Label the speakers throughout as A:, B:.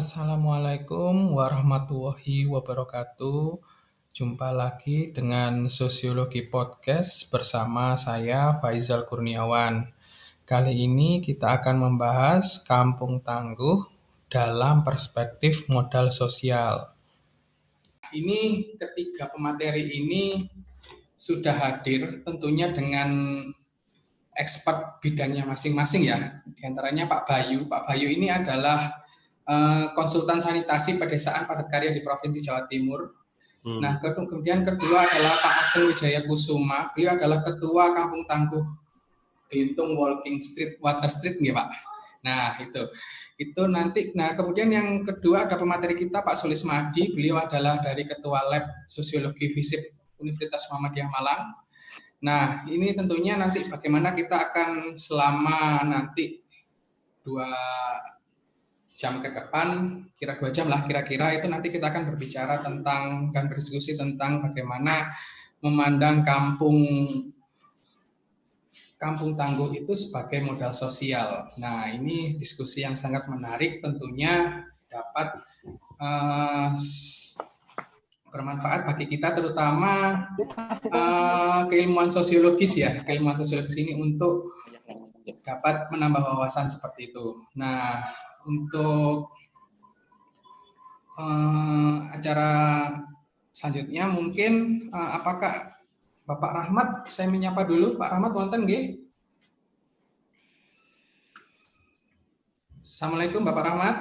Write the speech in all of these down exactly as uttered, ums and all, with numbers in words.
A: Assalamualaikum warahmatullahi wabarakatuh. Jumpa lagi dengan Sosiologi Podcast bersama saya Faizal Kurniawan. Kali ini kita akan membahas Kampung Tangguh dalam perspektif modal sosial. Ini ketiga pemateri ini sudah hadir tentunya dengan expert bidangnya masing-masing ya. Di antaranya Pak Bayu. Pak Bayu ini adalah uh, konsultan sanitasi pedesaan padat karya di Provinsi Jawa Timur. Hmm. Nah, kemudian kedua adalah Pak Ageng Wijaya Kusuma. Beliau adalah ketua Kampung Tangguh Glintung Walking Street Water Street nih Pak. Nah, itu. Itu nanti nah kemudian yang kedua ada pemateri kita Pak Sulis Madi. Beliau adalah dari Ketua Lab Sosiologi FISIP Universitas Muhammadiyah Malang. Nah, ini tentunya nanti bagaimana kita akan selama nanti dua jam ke depan, kira dua jam lah kira-kira, itu nanti kita akan berbicara tentang dan berdiskusi tentang bagaimana memandang kampung kampung tangguh itu sebagai modal sosial. Nah, ini diskusi yang sangat menarik, tentunya dapat uh, bermanfaat bagi kita, terutama uh, keilmuan sosiologis ya, keilmuan sosiologis ini untuk dapat menambah wawasan seperti itu. Nah, untuk uh, acara selanjutnya mungkin uh, apakah Bapak Rahmat, saya menyapa dulu. Pak Rahmat, wonten nggih? Assalamualaikum Bapak Rahmat.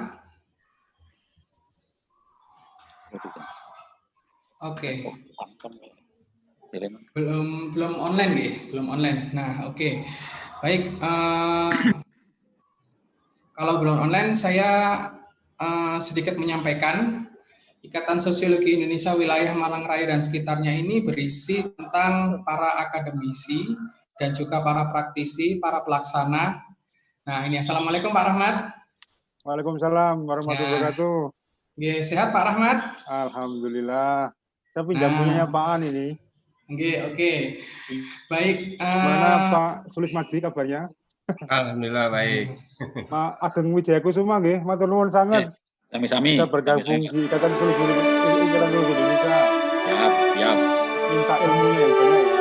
A: Oke. Okay. Belum belum online nggih, belum online. Nah, oke. Okay. Baik, uh, kalau belum online saya uh, sedikit menyampaikan. Ikatan Sosiologi Indonesia Wilayah Malang Raya dan sekitarnya ini berisi tentang para akademisi dan juga para praktisi, para pelaksana. Nah, ini Assalamualaikum Pak Rahmat.
B: Waalaikumsalam warahmatullahi wabarakatuh.
A: Nah, sehat Pak Rahmat?
B: Alhamdulillah. Saya pinjam nah, punyanya Pak An ini.
A: Oke, oke. Baik.
B: Gimana uh, Pak Sulis Madi kabarnya?
C: Alhamdulillah baik.
B: Pak Ageng Wijaya Kusuma nggih, matur nuwun sangat.
C: Sami-sami.
B: Bisa bergabung di Ikatan Sosiologi Indonesia.
C: Siap, siap.
B: Minta ilmunya yang banyak ya.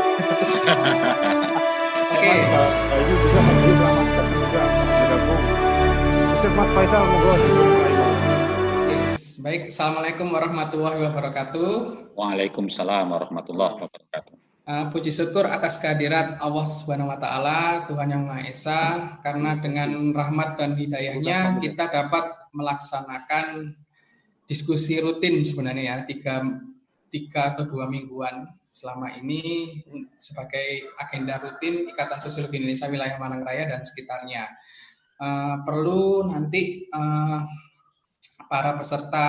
A: Oke.
B: Mas Bayu juga hadir, selamat datang juga bergabung. Sukses Mas Faisal, monggo.
A: Baik, Assalamualaikum warahmatullahi wabarakatuh.
C: Waalaikumsalam warahmatullahi wabarakatuh.
A: Uh, puji syukur atas kehadirat Allah Subhanahu wa taala, Tuhan yang Maha Esa, karena dengan rahmat dan hidayahnya kita dapat melaksanakan diskusi rutin sebenarnya ya, tiga, tiga atau dua mingguan selama ini sebagai agenda rutin Ikatan Sosiologi Indonesia Wilayah Malang Raya dan sekitarnya. Uh, perlu nanti uh, para peserta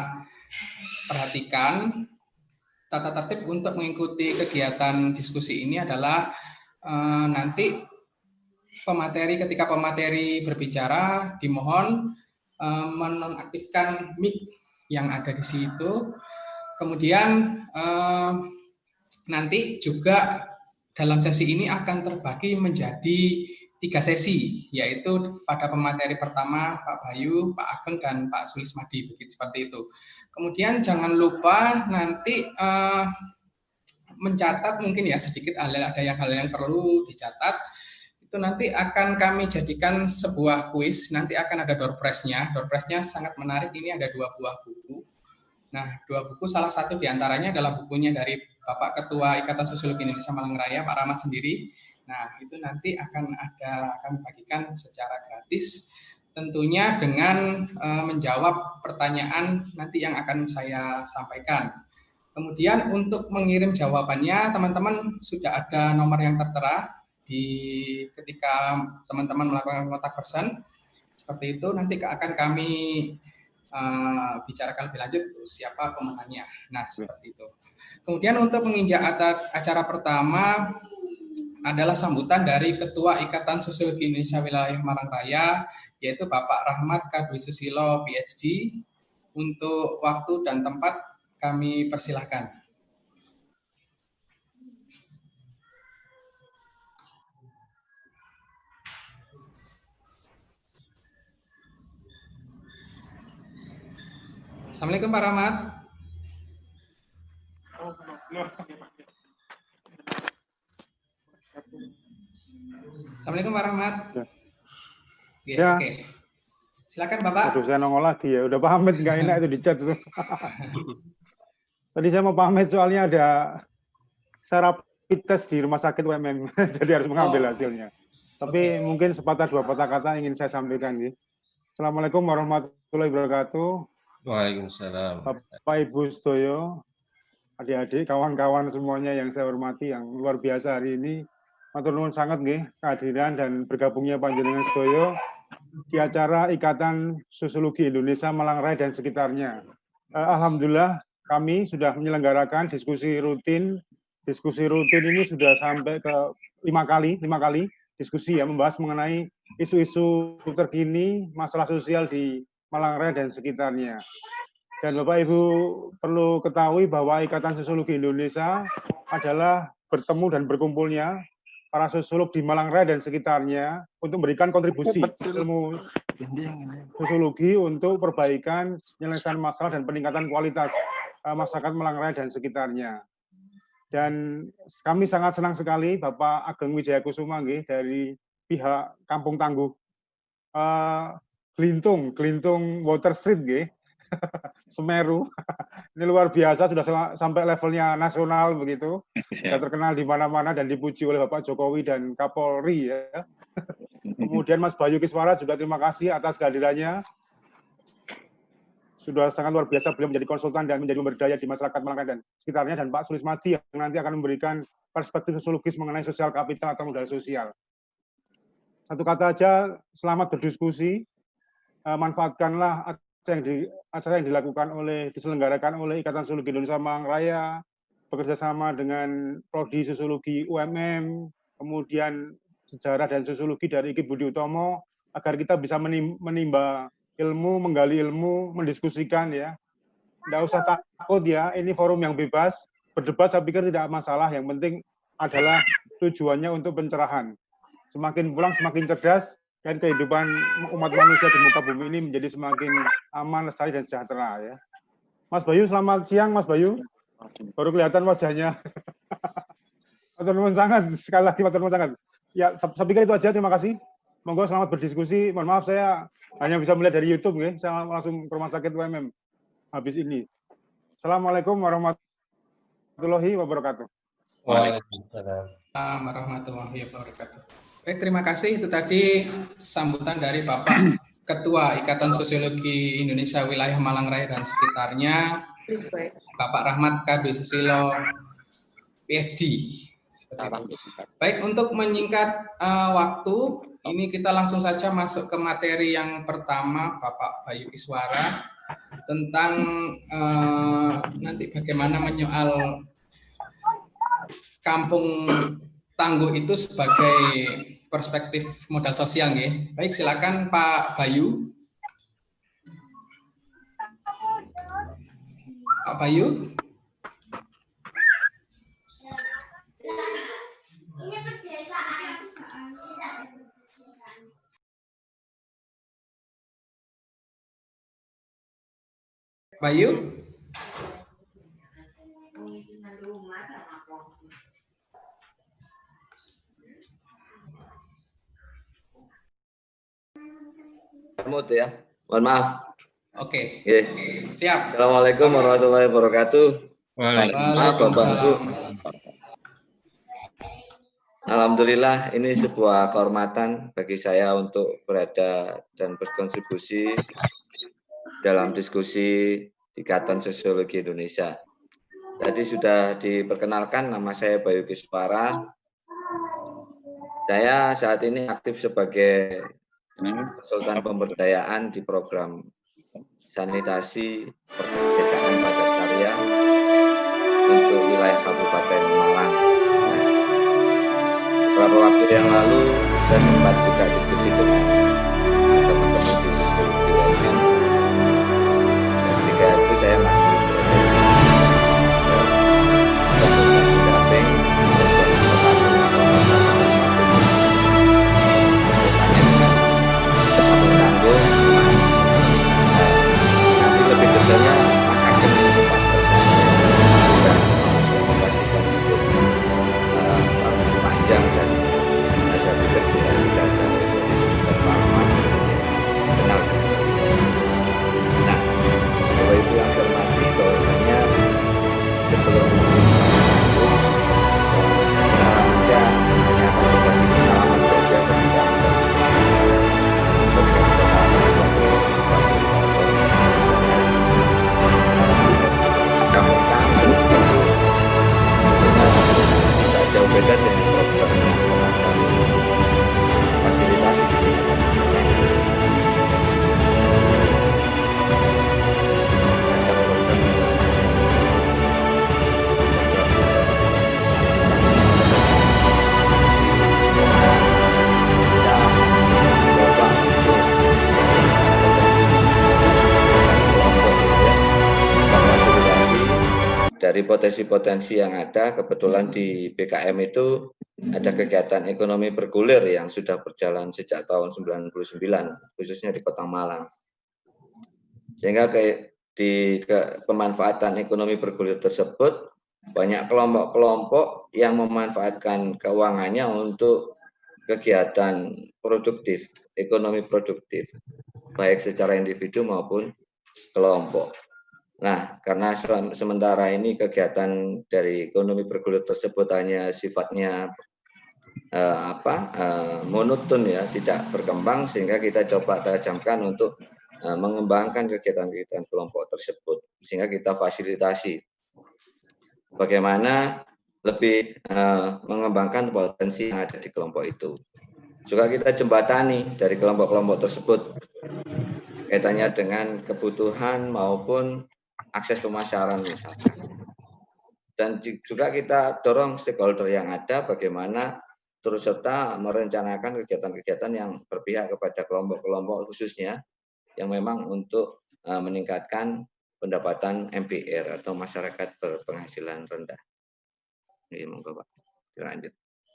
A: perhatikan tata tertib untuk mengikuti kegiatan diskusi ini adalah uh, nanti pemateri ketika pemateri berbicara dimohon uh, menonaktifkan mic yang ada di situ. Kemudian uh, nanti juga dalam sesi ini akan terbagi menjadi tiga sesi, yaitu pada pemateri pertama Pak Bayu, Pak Ageng, dan Pak Sulis Madi, begitu seperti itu. Kemudian jangan lupa nanti uh, mencatat mungkin ya sedikit ada yang hal yang perlu dicatat. Itu nanti akan kami jadikan sebuah kuis. Nanti akan ada door prize-nya. Door prize-nya sangat menarik. Ini ada dua buah buku. Nah, dua buku salah satu diantaranya adalah bukunya dari Bapak Ketua Ikatan Sosiologi Indonesia Malang Raya, Pak Rahmat sendiri. Nah, itu nanti akan ada kami bagikan secara gratis, tentunya dengan e, menjawab pertanyaan nanti yang akan saya sampaikan. Kemudian untuk mengirim jawabannya, teman-teman sudah ada nomor yang tertera di ketika teman-teman melakukan kontak person. Seperti itu nanti akan kami e, bicarakan lebih lanjut siapa pemenangnya. Nah, seperti itu. Kemudian untuk menginjak acara pertama adalah sambutan dari Ketua Ikatan Sosiologi Indonesia Wilayah Malang Raya, yaitu Bapak Rahmat K. Dwi Susilo, P H D. Untuk waktu dan tempat kami persilahkan. Assalamualaikum Pak Rahmat. Assalamualaikum Pak Rahmat.
B: Ya.
A: Ya,
B: Ya.
A: Oke. Silakan Bapak.
B: Aduh, saya nongol lagi ya. Udah pamit nggak enak itu di chat itu. Tadi saya mau pamit soalnya ada saya rapid test di rumah sakit U M M. Jadi harus mengambil
A: Oh.
B: hasilnya. Tapi mungkin sepatah dua patah kata ingin saya sampaikan. Ya. Assalamualaikum warahmatullahi wabarakatuh.
D: Waalaikumsalam.
B: Bapak Ibu Sedoyo, adik-adik, kawan-kawan semuanya yang saya hormati, yang luar biasa hari ini. Matur nuwun sangat nggih kehadiran dan bergabungnya panjenengan Sedoyo di acara Ikatan Sosiologi Indonesia Malang Raya dan sekitarnya. Alhamdulillah kami sudah menyelenggarakan diskusi rutin. Diskusi rutin ini sudah sampai ke lima kali, lima kali diskusi ya, membahas mengenai isu-isu terkini masalah sosial di Malang Raya dan sekitarnya. Dan Bapak Ibu perlu ketahui bahwa Ikatan Sosiologi Indonesia adalah bertemu dan berkumpulnya para sosiolog di Malang Raya dan sekitarnya untuk memberikan kontribusi ilmu sosiologi untuk perbaikan penyelesaian masalah dan peningkatan kualitas masyarakat Malang Raya dan sekitarnya. Dan kami sangat senang sekali Bapak Ageng Wijaya Kusuma nggih, dari pihak Kampung Tangguh uh, Glintung, Glintung Water Street nggih. Semeru. Ini luar biasa, sudah sampai levelnya nasional begitu. Sudah terkenal di mana-mana dan dipuji oleh Bapak Jokowi dan Kapolri ya. Kemudian Mas Bayu Kiswara juga terima kasih atas kehadirannya. Sudah sangat luar biasa beliau menjadi konsultan dan menjadi pemberdaya di masyarakat Malang Raya dan sekitarnya, dan Pak Sulismadi yang nanti akan memberikan perspektif sosiologis mengenai sosial kapital atau modal sosial. Satu kata aja, selamat berdiskusi. Manfaatkanlah yang di, acara yang dilakukan oleh diselenggarakan oleh Ikatan Sosiologi Indonesia Malang Raya bekerja sama dengan Prodi Sosiologi U M M, kemudian Sejarah dan Sosiologi dari I K I Budi Utomo, agar kita bisa menimba ilmu, menggali ilmu, mendiskusikan ya. Tidak usah takut ya, ini forum yang bebas, berdebat saya pikir tidak masalah, yang penting adalah tujuannya untuk pencerahan. Semakin pulang semakin cerdas, dan kehidupan umat manusia di muka bumi ini menjadi semakin aman, lestari, dan sejahtera ya. Mas Bayu, selamat siang Mas Bayu. Baru kelihatan wajahnya. Matur nuwun sangat, sekali lagi matur nuwun sangat. Ya, saya pikir itu aja, terima kasih. Monggo selamat berdiskusi. Mohon maaf saya hanya bisa melihat dari YouTube nggih. Saya langsung ke rumah sakit U M M habis ini. Assalamualaikum warahmatullahi wabarakatuh.
D: Waalaikumsalam
A: warahmatullahi wabarakatuh. Baik, terima kasih. Itu tadi sambutan dari Bapak Ketua Ikatan Sosiologi Indonesia Wilayah Malang Raya dan sekitarnya, Bapak Rahmat K B Susilo, P H D. Baik, untuk menyingkat uh, waktu, ini kita langsung saja masuk ke materi yang pertama, Bapak Bayu Kiswara, tentang uh, nanti bagaimana menyoal Kampung Tangguh itu sebagai perspektif modal sosial nggih. Baik, silakan Pak Bayu. Pak Bayu. Bayu.
E: Mute ya, mohon maaf.
A: Oke,
E: okay.
A: Siap.
E: Assalamualaikum warahmatullahi wabarakatuh.
A: Waalaikumsalam.
E: Alhamdulillah, ini sebuah kehormatan bagi saya untuk berada dan berkontribusi dalam diskusi Ikatan Sosiologi Indonesia. Tadi sudah diperkenalkan, nama saya Bayu Kiswara. Saya saat ini aktif sebagai konsultan pemberdayaan di program sanitasi perdesaan padat karya untuk wilayah Kabupaten Malang. Nah, beberapa waktu yang lalu saya sempat juga diskusi dengan teman-teman di Sosiologi U M M. Ketika itu saya masih nanti lebih detailnya dari potensi-potensi yang ada, kebetulan di B K M itu ada kegiatan ekonomi bergulir yang sudah berjalan sejak tahun sembilan puluh sembilan, khususnya di Kota Malang. Sehingga ke, di ke, pemanfaatan ekonomi bergulir tersebut, banyak kelompok-kelompok yang memanfaatkan keuangannya untuk kegiatan produktif, ekonomi produktif, baik secara individu maupun kelompok. Nah, karena sementara ini kegiatan dari ekonomi bergulir tersebut hanya sifatnya eh, apa eh, monoton ya, tidak berkembang, sehingga kita coba tajamkan untuk eh, mengembangkan kegiatan-kegiatan kelompok tersebut, sehingga kita fasilitasi bagaimana lebih eh, mengembangkan potensi yang ada di kelompok itu. Juga kita jembatani dari kelompok-kelompok tersebut kaitannya dengan kebutuhan maupun akses pemasaran misalnya. Dan juga kita dorong stakeholder yang ada bagaimana turut serta merencanakan kegiatan-kegiatan yang berpihak kepada kelompok-kelompok khususnya yang memang untuk uh, meningkatkan pendapatan M P R atau masyarakat berpenghasilan rendah. Ini monggo Pak, lanjut.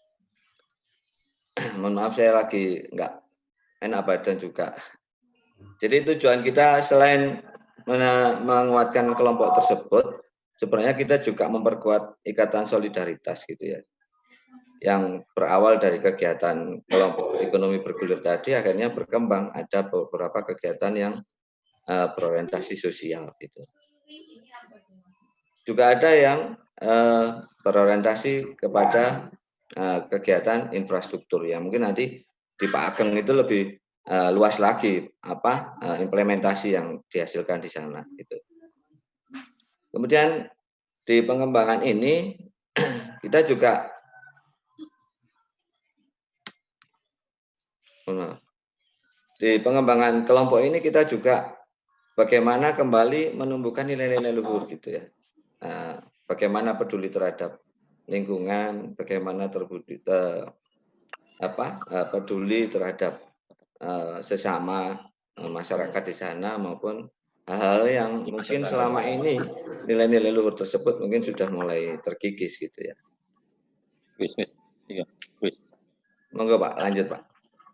E: Mohon maaf saya lagi enggak enak badan juga. Jadi tujuan kita selain menguatkan kelompok tersebut, sebenarnya kita juga memperkuat ikatan solidaritas gitu ya. Yang berawal dari kegiatan kelompok ekonomi bergulir tadi akhirnya berkembang ada beberapa kegiatan yang uh, berorientasi sosial gitu. Juga ada yang uh, berorientasi kepada uh, kegiatan infrastruktur ya. Mungkin nanti di Pak Ageng itu lebih Uh, luas lagi apa uh, implementasi yang dihasilkan di sana gitu. Kemudian di pengembangan ini kita juga di pengembangan kelompok ini kita juga bagaimana kembali menumbuhkan nilai-nilai luhur gitu ya. Uh, bagaimana peduli terhadap lingkungan, bagaimana terbudi uh, apa uh, peduli terhadap Uh, sesama uh, masyarakat di sana maupun hal-hal yang mungkin selama ini nilai-nilai luhur tersebut mungkin sudah mulai terkikis gitu ya.
C: Wis, wis. Iya, wis.
E: Monggo Pak, lanjut Pak.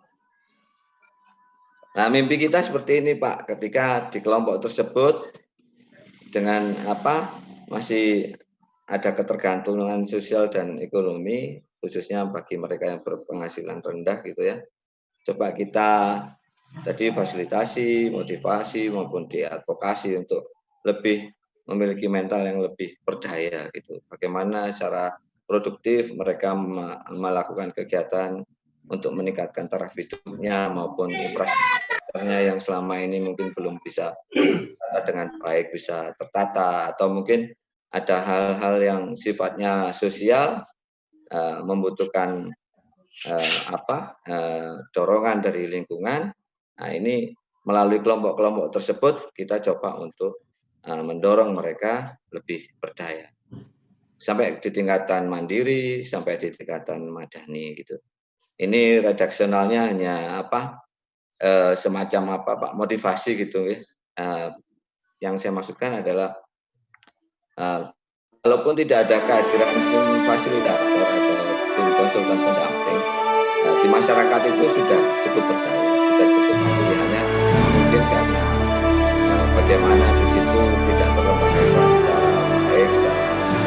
E: Nah, mimpi kita seperti ini Pak, ketika di kelompok tersebut dengan apa masih ada ketergantungan sosial dan ekonomi khususnya bagi mereka yang berpenghasilan rendah gitu ya. Coba kita tadi fasilitasi, motivasi maupun diadvokasi untuk lebih memiliki mental yang lebih berdaya gitu. Bagaimana secara produktif mereka melakukan kegiatan untuk meningkatkan taraf hidupnya maupun infrastrukturnya yang selama ini mungkin belum bisa dengan baik bisa tertata, atau mungkin ada hal-hal yang sifatnya sosial uh, membutuhkan Uh, apa uh, dorongan dari lingkungan. Nah ini melalui kelompok-kelompok tersebut kita coba untuk uh, mendorong mereka lebih berdaya sampai di tingkatan mandiri sampai di tingkatan madani gitu. Ini redaksionalnya hanya apa uh, semacam apa Pak motivasi gitu ya. Uh, yang saya maksudkan adalah uh, walaupun tidak ada kehadiran tim fasilitator atau tim konsultan pendamping, nah, di masyarakat itu sudah cukup berdaya, sudah cukup pilihannya mungkin karena uh, bagaimana di situ tidak terorganisasi secara baik, secara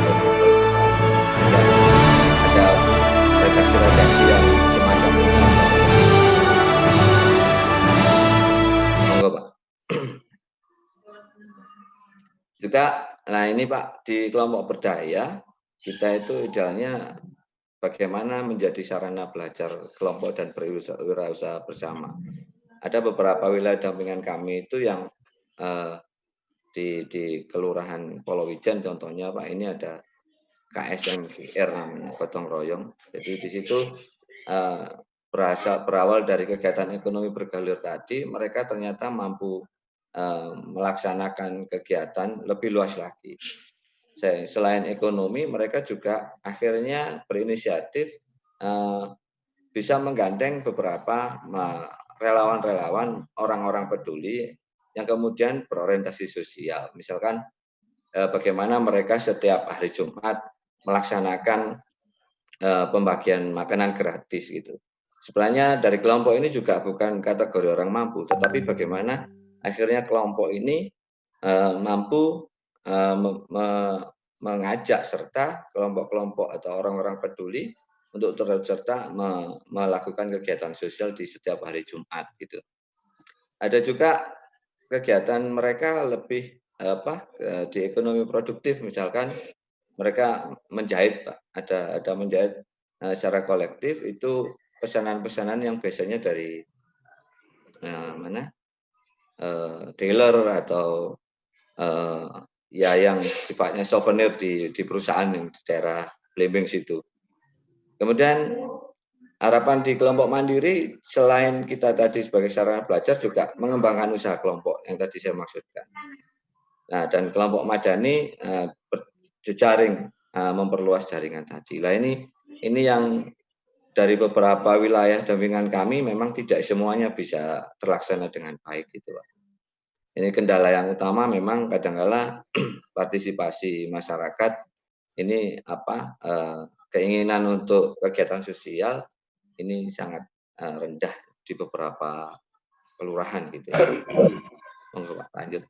E: dan ada redaksi-redaksi yang semacam ini. Monggo Pak. Juga, nah ini Pak, di kelompok berdaya, kita itu idealnya bagaimana menjadi sarana belajar kelompok dan berwirausaha bersama. Ada beberapa wilayah dampingan kami itu yang eh, di, di Kelurahan Polowijan contohnya Pak, ini ada K S M G R namanya, gotong royong. Jadi di situ eh, berasal, berawal dari kegiatan ekonomi bergulir tadi, mereka ternyata mampu melaksanakan kegiatan lebih luas lagi. Selain ekonomi, mereka juga akhirnya berinisiatif bisa menggandeng beberapa relawan-relawan, orang-orang peduli yang kemudian berorientasi sosial. Misalkan eh, bagaimana mereka setiap hari Jumat melaksanakan eh, pembagian makanan gratis gitu. Sebenarnya dari kelompok ini juga bukan kategori orang mampu, tetapi bagaimana akhirnya kelompok ini uh, mampu uh, me me mengajak serta kelompok-kelompok atau orang-orang peduli untuk turut serta me melakukan kegiatan sosial di setiap hari Jumat gitu. Ada juga kegiatan mereka lebih apa di ekonomi produktif, misalkan mereka menjahit, Pak. Ada ada menjahit uh, secara kolektif, itu pesanan-pesanan yang biasanya dari uh, mana uh, dealer atau uh, ya yang sifatnya souvenir di di perusahaan yang di daerah Blimbing situ. Kemudian harapan di kelompok mandiri selain kita tadi sebagai sarana belajar juga mengembangkan usaha kelompok yang tadi saya maksudkan. Nah, dan kelompok madani uh, berjejaring uh, memperluas jaringan tadi. Lah ini ini yang dari beberapa wilayah dampingan kami memang tidak semuanya bisa terlaksana dengan baik gitu, Pak. Ini kendala yang utama memang kadang-kala partisipasi masyarakat ini apa eh, keinginan untuk kegiatan sosial ini sangat eh, rendah di beberapa kelurahan gitu ya. Monggo Pak, lanjut.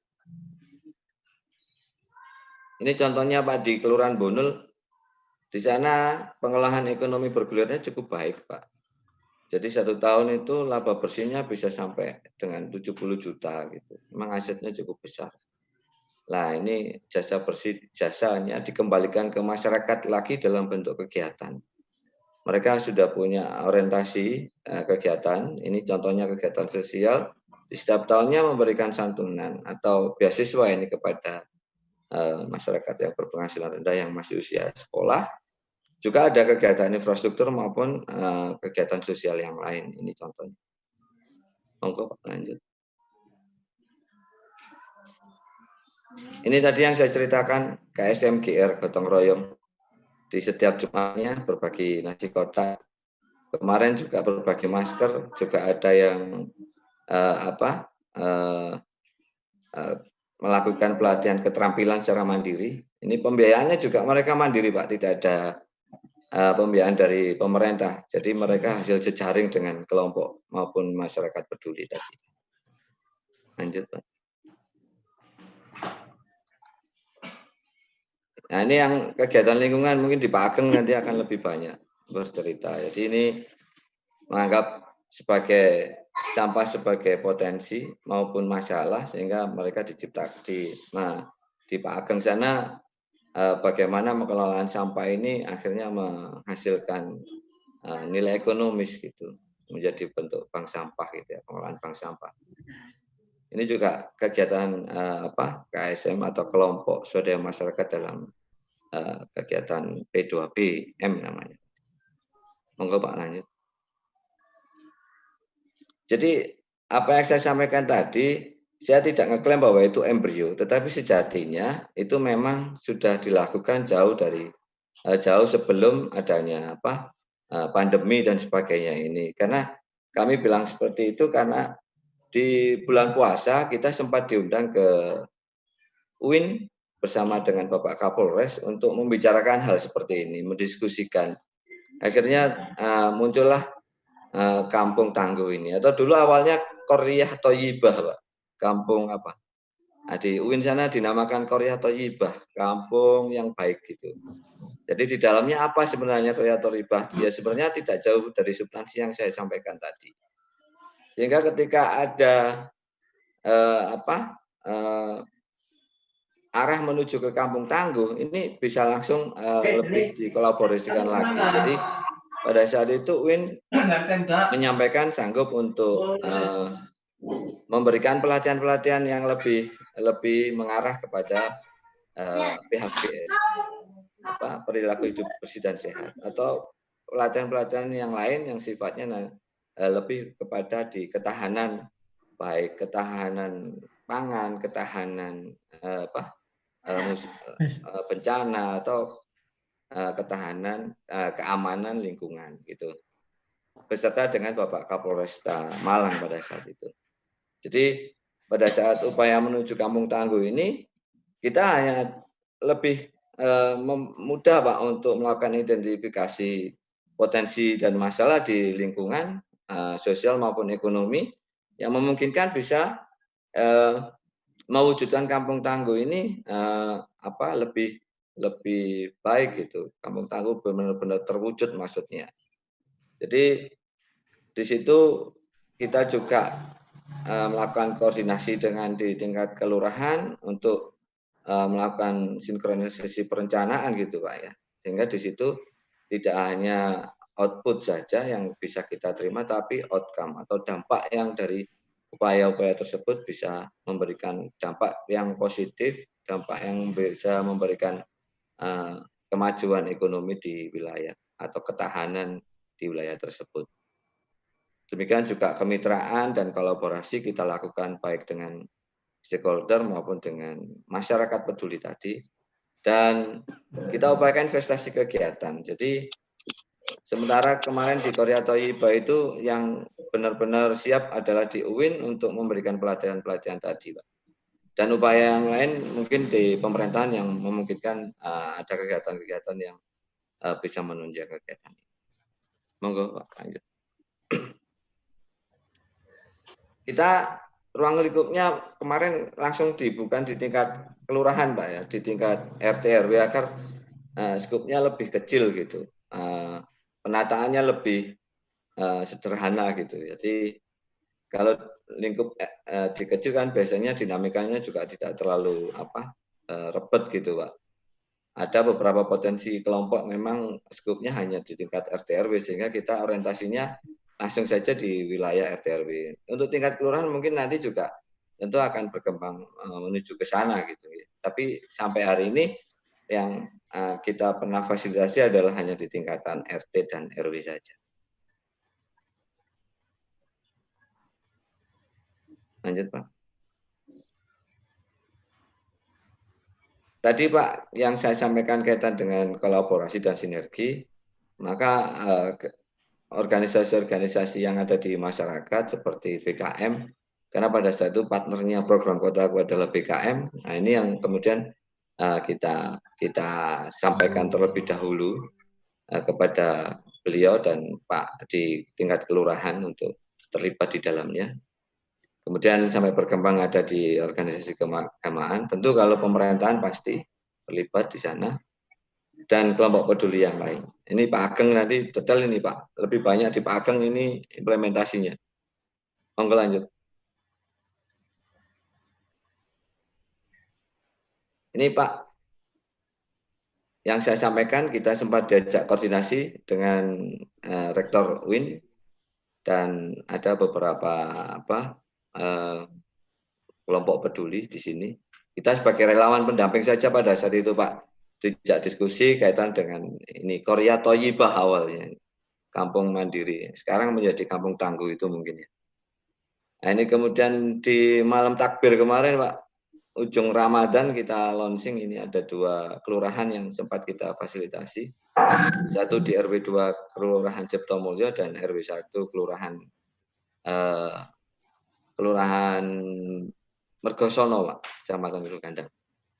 E: Ini contohnya Pak di Kelurahan Bonul. Di sana pengolahan ekonomi bergulirnya cukup baik, Pak. Jadi satu tahun itu laba bersihnya bisa sampai dengan tujuh puluh juta gitu. Memang asetnya cukup besar. Nah, ini jasa bersih jasanya dikembalikan ke masyarakat lagi dalam bentuk kegiatan. Mereka sudah punya orientasi eh, kegiatan. Ini contohnya kegiatan sosial. Di setiap tahunnya memberikan santunan atau beasiswa ini kepada eh, masyarakat yang berpenghasilan rendah yang masih usia sekolah. Juga ada kegiatan infrastruktur maupun uh, kegiatan sosial yang lain. Ini contohnya. Monggo lanjut. Ini tadi yang saya ceritakan K S M G R gotong royong di setiap Jumatnya berbagi nasi kotak. Kemarin juga berbagi masker. Juga ada yang uh, apa uh, uh, melakukan pelatihan keterampilan secara mandiri. Ini pembiayaannya juga mereka mandiri, Pak. Tidak ada Uh, pembiayaan dari pemerintah. Jadi mereka hasil jejaring dengan kelompok maupun masyarakat peduli tadi. Lanjut, Pak. Nah, ini yang kegiatan lingkungan mungkin di Pak Ageng nanti akan lebih banyak bercerita. Jadi ini menganggap sebagai sampah sebagai potensi maupun masalah sehingga mereka diciptakan di nah, di Pak Ageng sana bagaimana pengelolaan sampah ini akhirnya menghasilkan uh, nilai ekonomis gitu, menjadi bentuk bank sampah gitu ya, pengelolaan bank sampah. Ini juga kegiatan uh, apa K S M atau kelompok swadaya masyarakat dalam uh, kegiatan P dua B M namanya. Monggo Pak lanjut. Jadi apa yang saya sampaikan tadi, saya tidak ngeklaim bahwa itu embrio, tetapi sejatinya itu memang sudah dilakukan jauh dari uh, jauh sebelum adanya apa uh, pandemi dan sebagainya ini. Karena kami bilang seperti itu karena di bulan puasa kita sempat diundang ke U I N bersama dengan Bapak Kapolres untuk membicarakan hal seperti ini, mendiskusikan. Akhirnya uh, muncullah uh, Kampung Tangguh ini. Atau dulu awalnya Qaryah Thayyibah, Pak. Kampung apa? Nah, di U I N sana dinamakan Qaryah Thayyibah, kampung yang baik gitu. Jadi di dalamnya apa sebenarnya Qaryah Thayyibah? Ya sebenarnya tidak jauh dari substansi yang saya sampaikan tadi. Sehingga ketika ada eh, apa eh, arah menuju ke Kampung Tangguh, ini bisa langsung eh, lebih dikolaborasikan lagi. Jadi pada saat itu U I N menyampaikan sanggup untuk eh, memberikan pelatihan-pelatihan yang lebih lebih mengarah kepada uh, P H B S, apa, perilaku hidup bersih dan sehat, atau pelatihan-pelatihan yang lain yang sifatnya uh, lebih kepada di ketahanan, baik ketahanan pangan, ketahanan uh, apa, uh, uh, bencana atau uh, ketahanan uh, keamanan lingkungan gitu, beserta dengan Bapak Kapolresta Malang pada saat itu. Jadi pada saat upaya menuju Kampung Tangguh ini kita hanya lebih eh, mudah Pak untuk melakukan identifikasi potensi dan masalah di lingkungan eh, sosial maupun ekonomi yang memungkinkan bisa eh, mewujudkan kampung tangguh ini eh, apa lebih lebih baik gitu. Kampung tangguh benar-benar terwujud maksudnya. Jadi di situ kita juga uh, melakukan koordinasi dengan di tingkat kelurahan untuk uh, melakukan sinkronisasi perencanaan gitu Pak ya. Sehingga di situ tidak hanya output saja yang bisa kita terima, tapi outcome atau dampak yang dari upaya-upaya tersebut bisa memberikan dampak yang positif, dampak yang bisa memberikan uh, kemajuan ekonomi di wilayah atau ketahanan di wilayah tersebut. Demikian juga kemitraan dan kolaborasi kita lakukan baik dengan stakeholder maupun dengan masyarakat peduli tadi. Dan kita upayakan investasi kegiatan. Jadi sementara kemarin di Korea Toyiba itu yang benar-benar siap adalah di U I N untuk memberikan pelatihan-pelatihan tadi, Pak. Dan upaya yang lain mungkin di pemerintahan yang memungkinkan uh, ada kegiatan-kegiatan yang uh, bisa menunjang kegiatan ini. Monggo Pak, lanjut. Kita ruang lingkupnya kemarin langsung dibuka di tingkat kelurahan Pak ya, di tingkat R T R W agar uh, skupnya lebih kecil gitu, uh, penataannya lebih uh, sederhana gitu. Jadi kalau lingkup uh, dikecilkan biasanya dinamikanya juga tidak terlalu apa uh, rebet gitu Pak. Ada beberapa potensi kelompok memang skupnya hanya di tingkat R T R W sehingga kita orientasinya langsung saja di wilayah R T R W. Untuk tingkat kelurahan mungkin nanti juga tentu akan berkembang uh, menuju ke sana gitu. Ya. Tapi sampai hari ini yang uh, kita pernah fasilitasi adalah hanya di tingkatan R T dan R W saja. Lanjut Pak. Tadi Pak yang saya sampaikan kaitan dengan kolaborasi dan sinergi, maka uh, organisasi-organisasi yang ada di masyarakat seperti B K M, karena pada saat itu partnernya program Kotaku adalah B K M. Nah ini yang kemudian uh, kita kita sampaikan terlebih dahulu uh, kepada beliau dan Pak di tingkat kelurahan untuk terlibat di dalamnya. Kemudian sampai berkembang ada di organisasi keagamaan. Tentu kalau pemerintahan pasti terlibat di sana. Dan kelompok peduli yang lain. Ini Pak Ageng nanti detail ini Pak. Lebih banyak di Pak Ageng ini implementasinya. Monggo lanjut. Ini Pak, yang saya sampaikan kita sempat diajak koordinasi dengan uh, Rektor U I N dan ada beberapa apa uh, kelompok peduli di sini. Kita sebagai relawan pendamping saja pada saat itu Pak. Dijak diskusi kaitan dengan ini Korea Toyiba awalnya kampung mandiri sekarang menjadi kampung tangguh itu mungkin ya. Nah ini kemudian di malam takbir kemarin Pak ujung Ramadan kita launching ini ada dua kelurahan yang sempat kita fasilitasi, satu di R W dua Kelurahan Ciptomulyo dan R W satu Kelurahan eh, Kelurahan Mergosono Pak Kecamatan Gandang.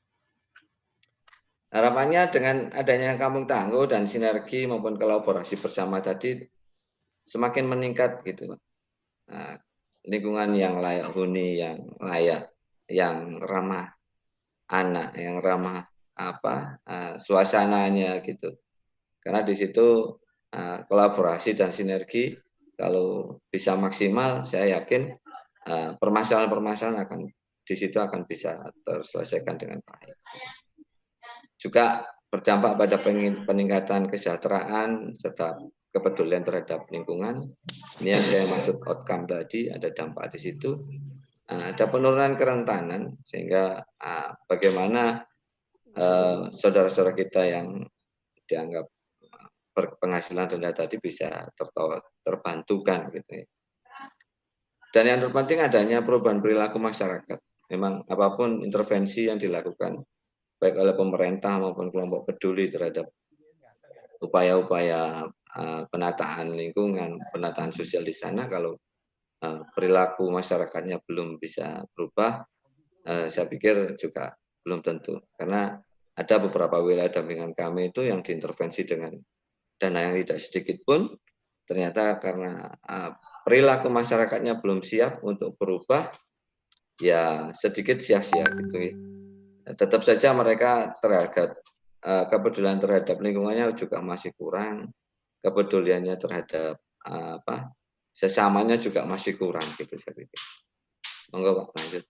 E: Harapannya dengan adanya kampung tangguh dan sinergi maupun kolaborasi bersama tadi semakin meningkat gitu, Pak. Nah, lingkungan yang layak huni, yang layak, yang ramah anak, yang ramah apa uh, suasananya gitu. Karena di situ uh, kolaborasi dan sinergi kalau bisa maksimal, saya yakin permasalahan-permasalahan uh, akan di situ akan bisa terselesaikan dengan baik. Juga berdampak pada peningkatan kesejahteraan serta kepedulian terhadap lingkungan. Ini yang saya maksud outcome tadi, ada dampak di situ. Ada penurunan kerentanan sehingga bagaimana saudara-saudara kita yang dianggap berpenghasilan rendah tadi bisa terbantukan gitu ya. Dan yang terpenting adanya perubahan perilaku masyarakat. Memang apapun intervensi yang dilakukan baik oleh pemerintah maupun kelompok peduli terhadap upaya-upaya uh, penataan lingkungan, penataan sosial di sana, kalau uh, perilaku masyarakatnya belum bisa berubah, uh, saya pikir juga belum tentu. Karena ada beberapa wilayah dampingan kami itu yang diintervensi dengan dana yang tidak sedikit pun, ternyata karena uh, perilaku masyarakatnya belum siap untuk berubah, ya sedikit sia-sia gitu. Tetap saja mereka terhadap uh, kepedulian terhadap lingkungannya juga masih kurang, kepeduliannya terhadap uh, apa sesamanya juga masih kurang gitu saya pikir. Monggo Pak, lanjut.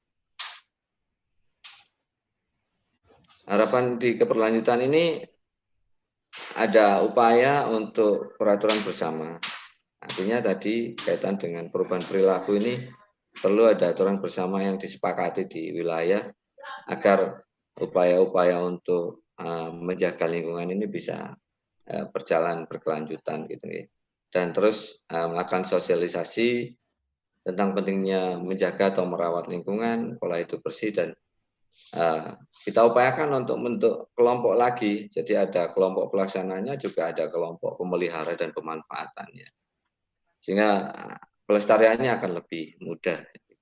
E: Harapan di keberlanjutan ini ada upaya untuk peraturan bersama. Artinya tadi kaitan dengan perubahan perilaku ini perlu ada aturan bersama yang disepakati di wilayah agar upaya-upaya untuk uh, menjaga lingkungan ini bisa uh, berjalan berkelanjutan gitu ya. Dan terus uh, melakukan sosialisasi tentang pentingnya menjaga atau merawat lingkungan, pola hidup bersih, dan uh, kita upayakan untuk bentuk kelompok lagi. Jadi ada kelompok pelaksananya, juga ada kelompok pemelihara dan pemanfaatannya. Sehingga pelestariannya akan lebih mudah.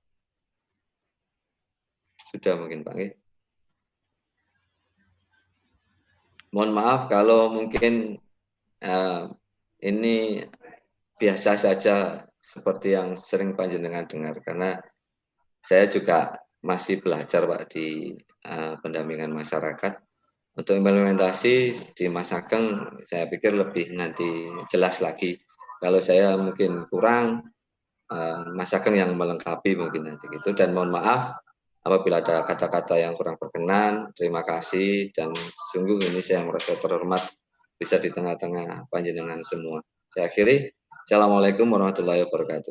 E: Sudah mungkin Pak. Mohon maaf kalau mungkin uh, ini biasa saja seperti yang sering panjenengan dengar, karena saya juga masih belajar Pak di uh, pendampingan masyarakat. Untuk implementasi di Mas Ageng saya pikir lebih nanti jelas lagi. Kalau saya mungkin kurang, uh, Mas Ageng yang melengkapi mungkin nanti gitu. Dan mohon maaf apabila ada kata-kata yang kurang berkenan. Terima kasih, dan sungguh ini saya merasa terhormat bisa di tengah-tengah panjenengan semua. Saya akhiri. Assalamualaikum warahmatullahi wabarakatuh.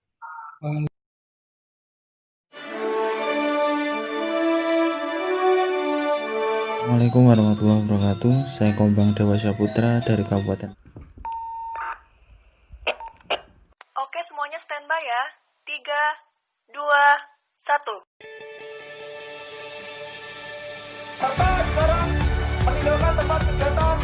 F: Assalamualaikum warahmatullahi wabarakatuh. Saya Kombang Dewa Syaputra dari Kabupaten.
G: Oke, semuanya standby ya. Tiga, dua, satu.
H: Serta sekarang meninggalkan tempat kegiatan.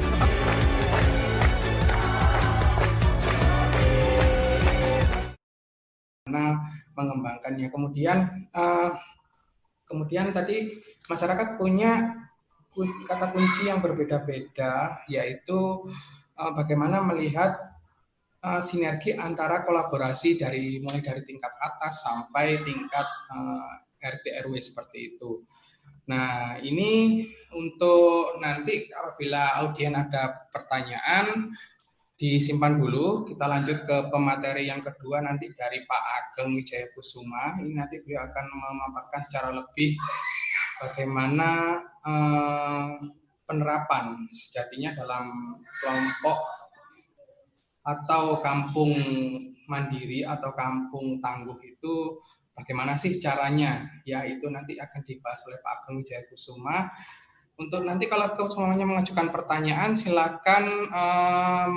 A: Nah, mengembangkannya. Kemudian, uh, kemudian tadi masyarakat punya kata kunci yang berbeda-beda, yaitu uh, bagaimana melihat uh, sinergi antara kolaborasi dari mulai dari tingkat atas sampai tingkat uh, R T R W seperti itu. Nah, ini untuk nanti apabila audien ada pertanyaan, disimpan dulu. Kita lanjut ke pemateri yang kedua nanti dari Pak Ageng Wijaya Kusuma. Ini nanti beliau akan memaparkan secara lebih bagaimana eh, penerapan sejatinya dalam kelompok atau kampung mandiri atau kampung tangguh itu bagaimana sih caranya. Ya, itu nanti akan dibahas oleh Pak Ageng Wijaya Kusuma. Untuk nanti kalau semuanya mengajukan pertanyaan, silakan eh,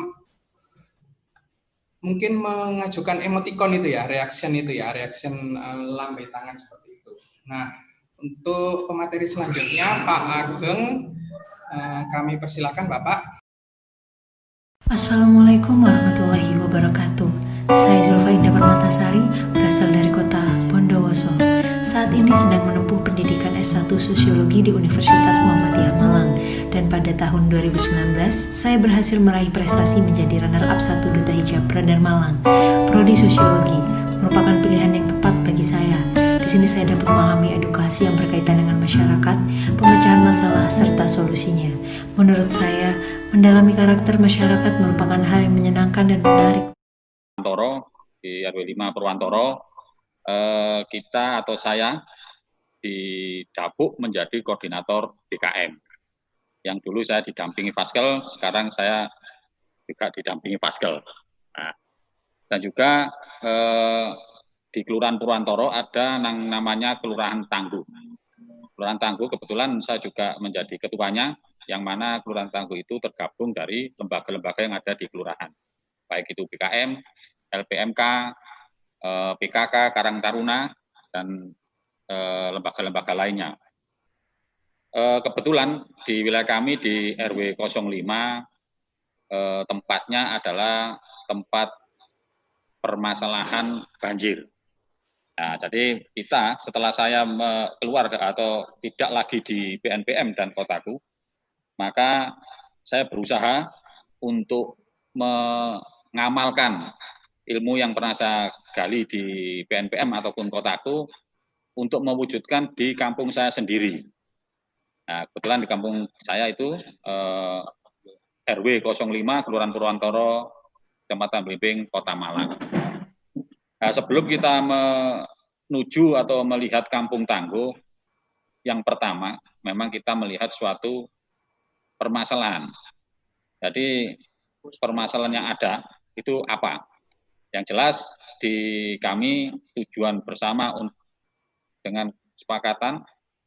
A: mungkin mengajukan emoticon itu ya, reaction itu ya, reaction uh, lambai tangan seperti itu. Nah, untuk pemateri selanjutnya Pak Ageng, uh, kami persilakan Bapak.
I: Assalamualaikum warahmatullahi wabarakatuh. Saya Zulfa Indah Permatasari, berasal dari kota Bondowoso. Saat ini sedang menempuh pendidikan S satu Sosiologi di Universitas Muhammadiyah Malang. Dan pada tahun dua ribu sembilan belas, saya berhasil meraih prestasi menjadi runner-up satu Duta Hijab Radar Malang. Prodi Sosiologi merupakan pilihan yang tepat bagi saya. Di sini saya dapat memahami edukasi yang berkaitan dengan masyarakat, pemecahan masalah, serta solusinya. Menurut saya, mendalami karakter masyarakat merupakan hal yang menyenangkan dan menarik.
C: Purwantoro, di R W lima Purwantoro, eh, kita atau saya didapuk menjadi koordinator B K M. Yang dulu saya didampingi Faskel, sekarang saya juga didampingi Faskel. Nah, dan juga eh, di Kelurahan Purwantoro ada yang namanya Kelurahan Tangguh. Kelurahan Tangguh kebetulan saya juga menjadi ketuanya, yang mana Kelurahan Tangguh itu tergabung dari lembaga-lembaga yang ada di kelurahan. Baik itu B K M, L P M K, eh, P K K, Karang Taruna, dan lembaga-lembaga eh, lainnya. Eh, kebetulan di wilayah kami di R W nol lima eh, tempatnya adalah tempat permasalahan banjir. Nah, jadi kita setelah saya keluar atau tidak lagi di B N P M dan kotaku, maka saya berusaha untuk mengamalkan ilmu yang pernah saya gali di B N P M ataupun kotaku untuk mewujudkan di kampung saya sendiri. Nah, kebetulan di kampung saya itu eh, R W nol lima, Kelurahan Purwantoro, Kecamatan Blimbing, Kota Malang. Nah, sebelum kita menuju atau melihat kampung tangguh, yang pertama memang kita melihat suatu permasalahan. Jadi permasalahan yang ada itu apa? Yang jelas di kami tujuan bersama dengan kesepakatan.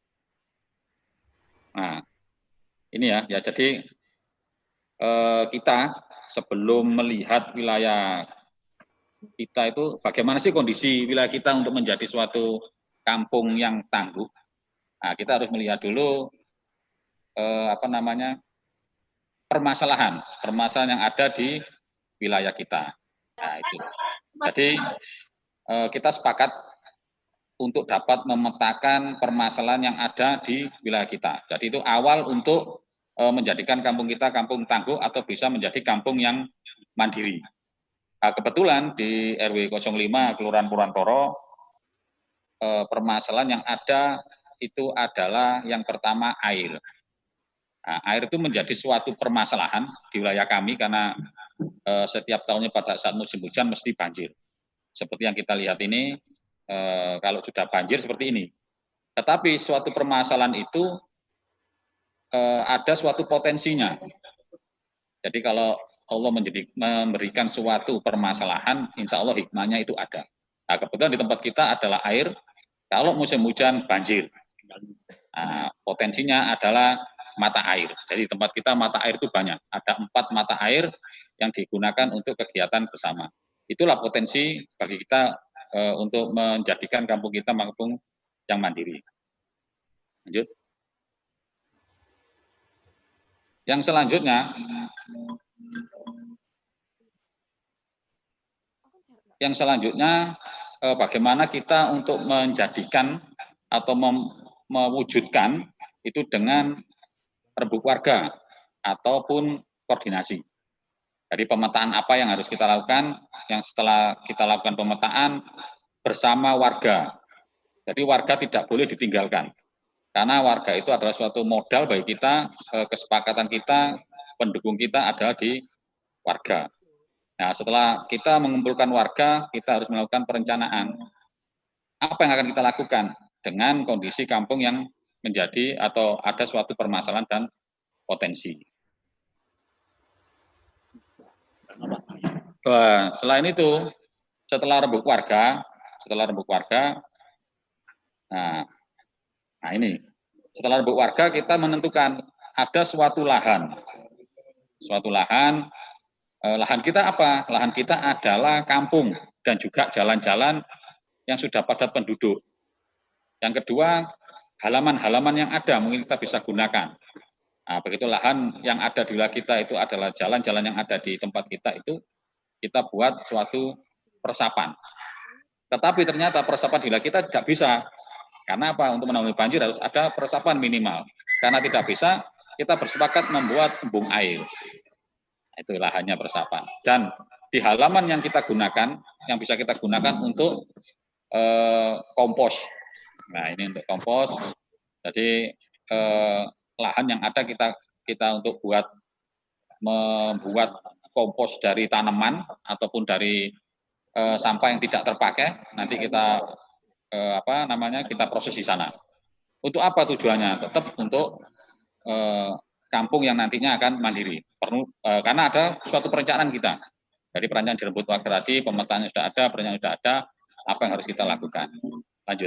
C: Nah, ini ya, ya jadi eh, kita sebelum melihat wilayah kita itu bagaimana sih kondisi wilayah kita untuk menjadi suatu kampung yang tangguh. Nah, kita harus melihat dulu eh, apa namanya permasalahan, permasalahan yang ada di wilayah kita. Nah, itu. Jadi eh, kita sepakat untuk dapat memetakan permasalahan yang ada di wilayah kita. Jadi itu awal untuk eh, menjadikan kampung kita kampung tangguh atau bisa menjadi kampung yang mandiri. Nah, kebetulan di R W nol lima Kelurahan Purwantoro eh, permasalahan yang ada itu adalah yang pertama air. Nah, air itu menjadi suatu permasalahan di wilayah kami karena eh, setiap tahunnya pada saat musim hujan mesti banjir. Seperti yang kita lihat ini, eh, kalau sudah banjir seperti ini. Tetapi suatu permasalahan itu eh, ada suatu potensinya. Jadi kalau Allah menjadi, memberikan suatu permasalahan, insya Allah hikmahnya itu ada. Nah, kebetulan di tempat kita adalah air, kalau musim hujan banjir. Nah, potensinya adalah mata air. Jadi tempat kita mata air itu banyak. Ada empat mata air yang digunakan untuk kegiatan bersama. Itulah potensi bagi kita e, untuk menjadikan kampung kita kampung yang mandiri. Lanjut. Yang selanjutnya, yang selanjutnya e, bagaimana kita untuk menjadikan atau mem, mewujudkan itu dengan rembuk warga ataupun koordinasi. Jadi pemetaan apa yang harus kita lakukan, yang setelah kita lakukan pemetaan bersama warga. Jadi warga tidak boleh ditinggalkan. Karena warga itu adalah suatu modal bagi kita, kesepakatan kita, pendukung kita adalah di warga. Nah, setelah kita mengumpulkan warga, kita harus melakukan perencanaan. Apa yang akan kita lakukan dengan kondisi kampung yang menjadi atau ada suatu permasalahan dan potensi. Nah, selain itu, setelah rembuk warga, setelah rembuk warga, nah, nah ini, setelah rembuk warga kita menentukan ada suatu lahan, suatu lahan, eh, lahan kita apa? Lahan kita adalah kampung dan juga jalan-jalan yang sudah padat penduduk. Yang kedua, halaman-halaman yang ada mungkin kita bisa gunakan. Nah, begitu lahan yang ada di wilayah kita itu adalah jalan-jalan yang ada di tempat kita itu kita buat suatu persapan. Tetapi ternyata persapan di wilayah kita tidak bisa. Karena apa? Untuk menanggulangi banjir harus ada persapan minimal. Karena tidak bisa, kita bersepakat membuat embung air. Itu lahannya persapan. Dan di halaman yang kita gunakan, yang bisa kita gunakan untuk eh, kompos. Nah, ini untuk kompos. Jadi eh, lahan yang ada kita kita untuk buat membuat kompos dari tanaman ataupun dari eh, sampah yang tidak terpakai. Nanti kita eh, apa namanya kita proses di sana. Untuk apa tujuannya? Tetap untuk eh, kampung yang nantinya akan mandiri. Perlu eh, karena ada suatu perencanaan kita. Jadi perencanaan di rembuk warga tadi, pemetaannya sudah ada, perencanaan sudah ada. Apa yang harus kita lakukan? Lanjut.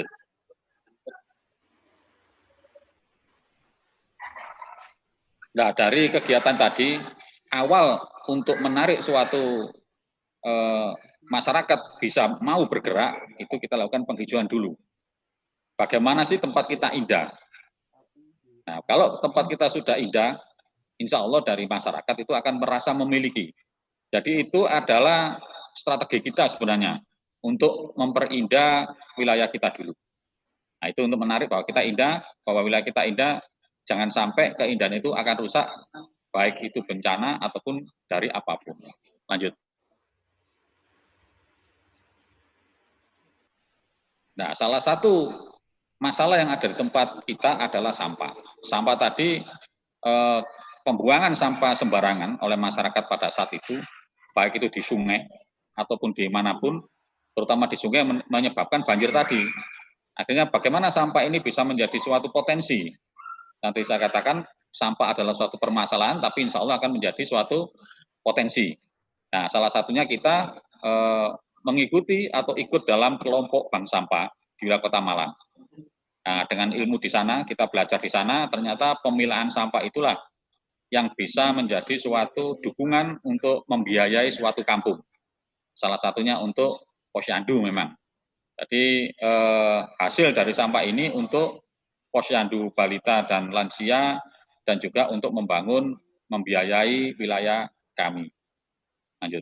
C: Nah, dari kegiatan tadi, awal untuk menarik suatu eh, masyarakat bisa mau bergerak, itu kita lakukan penghijauan dulu. Bagaimana sih tempat kita indah? Nah, kalau tempat kita sudah indah, insya Allah dari masyarakat itu akan merasa memiliki. Jadi itu adalah strategi kita sebenarnya. untuk memperindah wilayah kita dulu. Nah, itu untuk menarik bahwa kita indah, bahwa wilayah kita indah, jangan sampai keindahan itu akan rusak, baik itu bencana ataupun dari apapun. Lanjut. Nah, salah satu masalah yang ada di tempat kita adalah sampah. Sampah tadi, eh, pembuangan sampah sembarangan oleh masyarakat pada saat itu, baik itu di sungai ataupun di manapun, terutama di sungai menyebabkan banjir tadi. Akhirnya bagaimana sampah ini bisa menjadi suatu potensi. Nanti saya katakan sampah adalah suatu permasalahan, tapi insya Allah akan menjadi suatu potensi. Nah, salah satunya kita eh, mengikuti atau ikut dalam kelompok bank sampah di wilayah Kota Malang. Nah, dengan ilmu di sana, kita belajar di sana, ternyata pemilahan sampah itulah yang bisa menjadi suatu dukungan untuk membiayai suatu kampung. Salah satunya untuk posyandu memang. Jadi eh, hasil dari sampah ini untuk posyandu balita dan lansia dan juga untuk membangun, membiayai wilayah kami. Lanjut.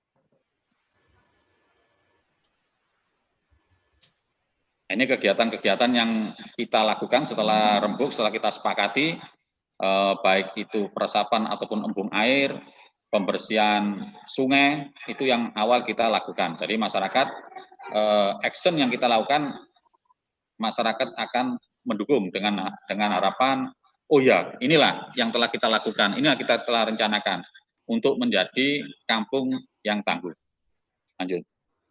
C: Ini kegiatan-kegiatan yang kita lakukan setelah rembuk, setelah kita sepakati, eh, baik itu peresapan ataupun embung air, pembersihan sungai, itu yang awal kita lakukan. Jadi masyarakat, eh, action yang kita lakukan, masyarakat akan mendukung dengan dengan harapan, oh ya, inilah yang telah kita lakukan, inilah kita telah rencanakan untuk menjadi kampung yang tangguh. Lanjut.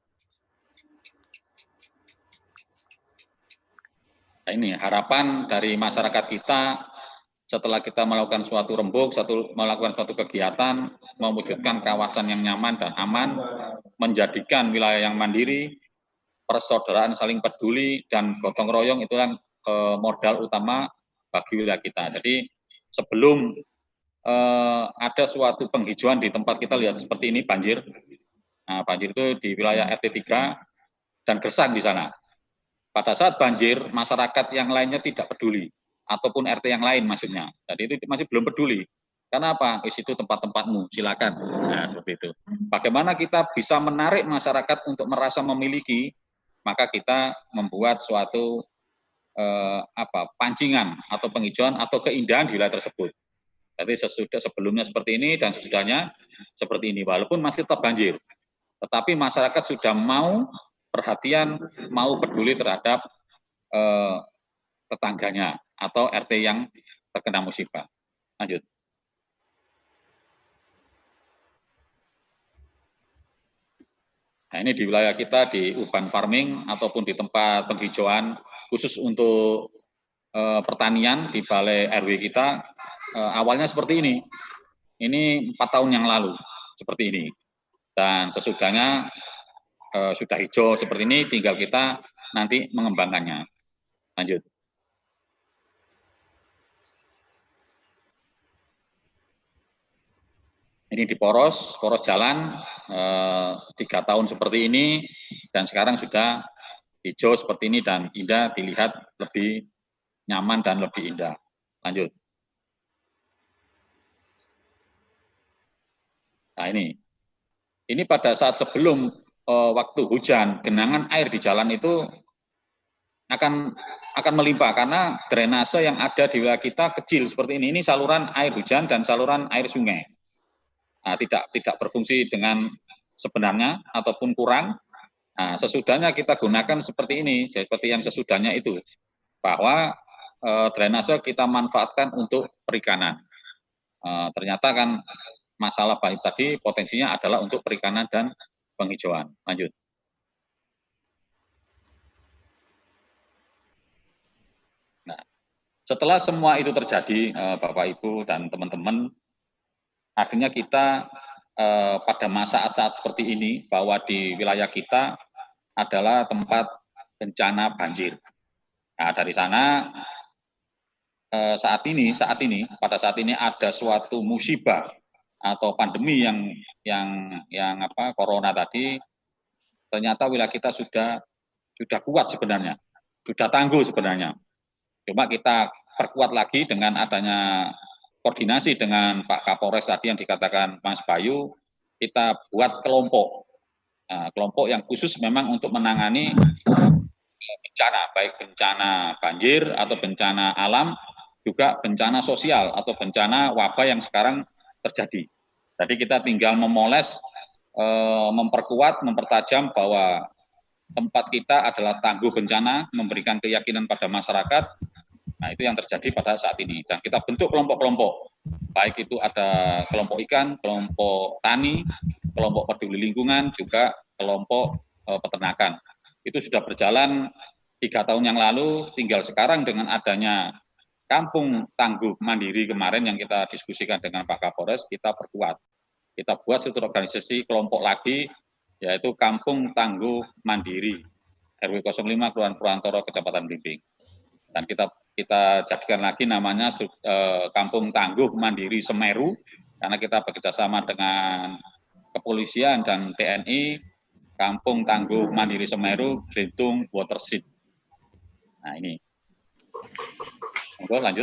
C: Nah, ini harapan dari masyarakat kita setelah kita melakukan suatu rembuk, satu melakukan suatu kegiatan, mewujudkan kawasan yang nyaman dan aman, menjadikan wilayah yang mandiri, persaudaraan saling peduli, dan gotong royong itulah eh, modal utama bagi wilayah kita. Jadi sebelum eh, ada suatu penghijauan di tempat kita lihat seperti ini banjir, nah, banjir itu di wilayah R T tiga dan gersang di sana. Pada saat banjir, masyarakat yang lainnya tidak peduli, ataupun R T yang lain maksudnya. Jadi itu masih belum peduli. Karena apa? Di situ tempat-tempatmu, silakan. Nah, seperti itu. Bagaimana kita bisa menarik masyarakat untuk merasa memiliki, maka kita membuat suatu eh, apa pancingan atau penghijauan atau keindahan di wilayah tersebut. Jadi sesudah sebelumnya seperti ini dan sesudahnya seperti ini, walaupun masih tetap banjir. Tetapi masyarakat sudah mau perhatian, mau peduli terhadap eh, tetangganya atau R T yang terkena musibah. Lanjut. Nah, ini di wilayah kita di urban farming ataupun di tempat penghijauan khusus untuk eh, pertanian di balai R W kita eh, awalnya seperti ini. Ini empat tahun yang lalu seperti ini. Dan sesudahnya eh, sudah hijau seperti ini, tinggal kita nanti mengembangkannya. Lanjut. Ini di poros, poros jalan eh, tiga tahun seperti ini, dan sekarang sudah hijau seperti ini dan indah, dilihat lebih nyaman dan lebih indah. Lanjut. Nah ini, ini pada saat sebelum eh, waktu hujan, genangan air di jalan itu akan akan melimpah karena drainase yang ada di wilayah kita kecil seperti ini. Ini saluran air hujan dan saluran air sungai. Nah, tidak tidak berfungsi dengan sebenarnya ataupun kurang. Nah, sesudahnya kita gunakan seperti ini, seperti yang sesudahnya itu, bahwa e, drainase kita manfaatkan untuk perikanan. E, ternyata kan masalah banjir tadi potensinya adalah untuk perikanan dan penghijauan. Lanjut. Nah, setelah semua itu terjadi, e, Bapak Ibu dan teman-teman, akhirnya kita eh, pada saat-saat seperti ini bahwa di wilayah kita adalah tempat bencana banjir. Nah, dari sana eh, saat ini, saat ini pada saat ini ada suatu musibah atau pandemi yang yang yang apa corona tadi, ternyata wilayah kita sudah sudah kuat sebenarnya, sudah tangguh sebenarnya. Cuma kita perkuat lagi dengan adanya koordinasi dengan Pak Kapolres tadi yang dikatakan Mas Bayu, kita buat kelompok. Nah, kelompok yang khusus memang untuk menangani bencana, baik bencana banjir atau bencana alam, juga bencana sosial atau bencana wabah yang sekarang terjadi. Jadi kita tinggal memoles, eh, memperkuat, mempertajam bahwa tempat kita adalah tangguh bencana, memberikan keyakinan pada masyarakat. Nah, itu yang terjadi pada saat ini. Dan kita bentuk kelompok-kelompok, baik itu ada kelompok ikan, kelompok tani, kelompok peduli lingkungan, juga kelompok eh, peternakan. Itu sudah berjalan tiga tahun yang lalu, tinggal sekarang dengan adanya Kampung Tangguh Mandiri kemarin yang kita diskusikan dengan Pak Kapolres, kita perkuat. Kita buat struktur organisasi kelompok lagi, yaitu Kampung Tangguh Mandiri, R W nol lima Kelurahan Purwantoro, Kecamatan Blimbing. Dan kita kita jadikan lagi namanya eh, Kampung Tangguh Mandiri Semeru, karena kita bekerjasama dengan kepolisian dan T N I, Kampung Tangguh Mandiri Semeru, Glentung Watershed. Nah ini. Monggo lanjut.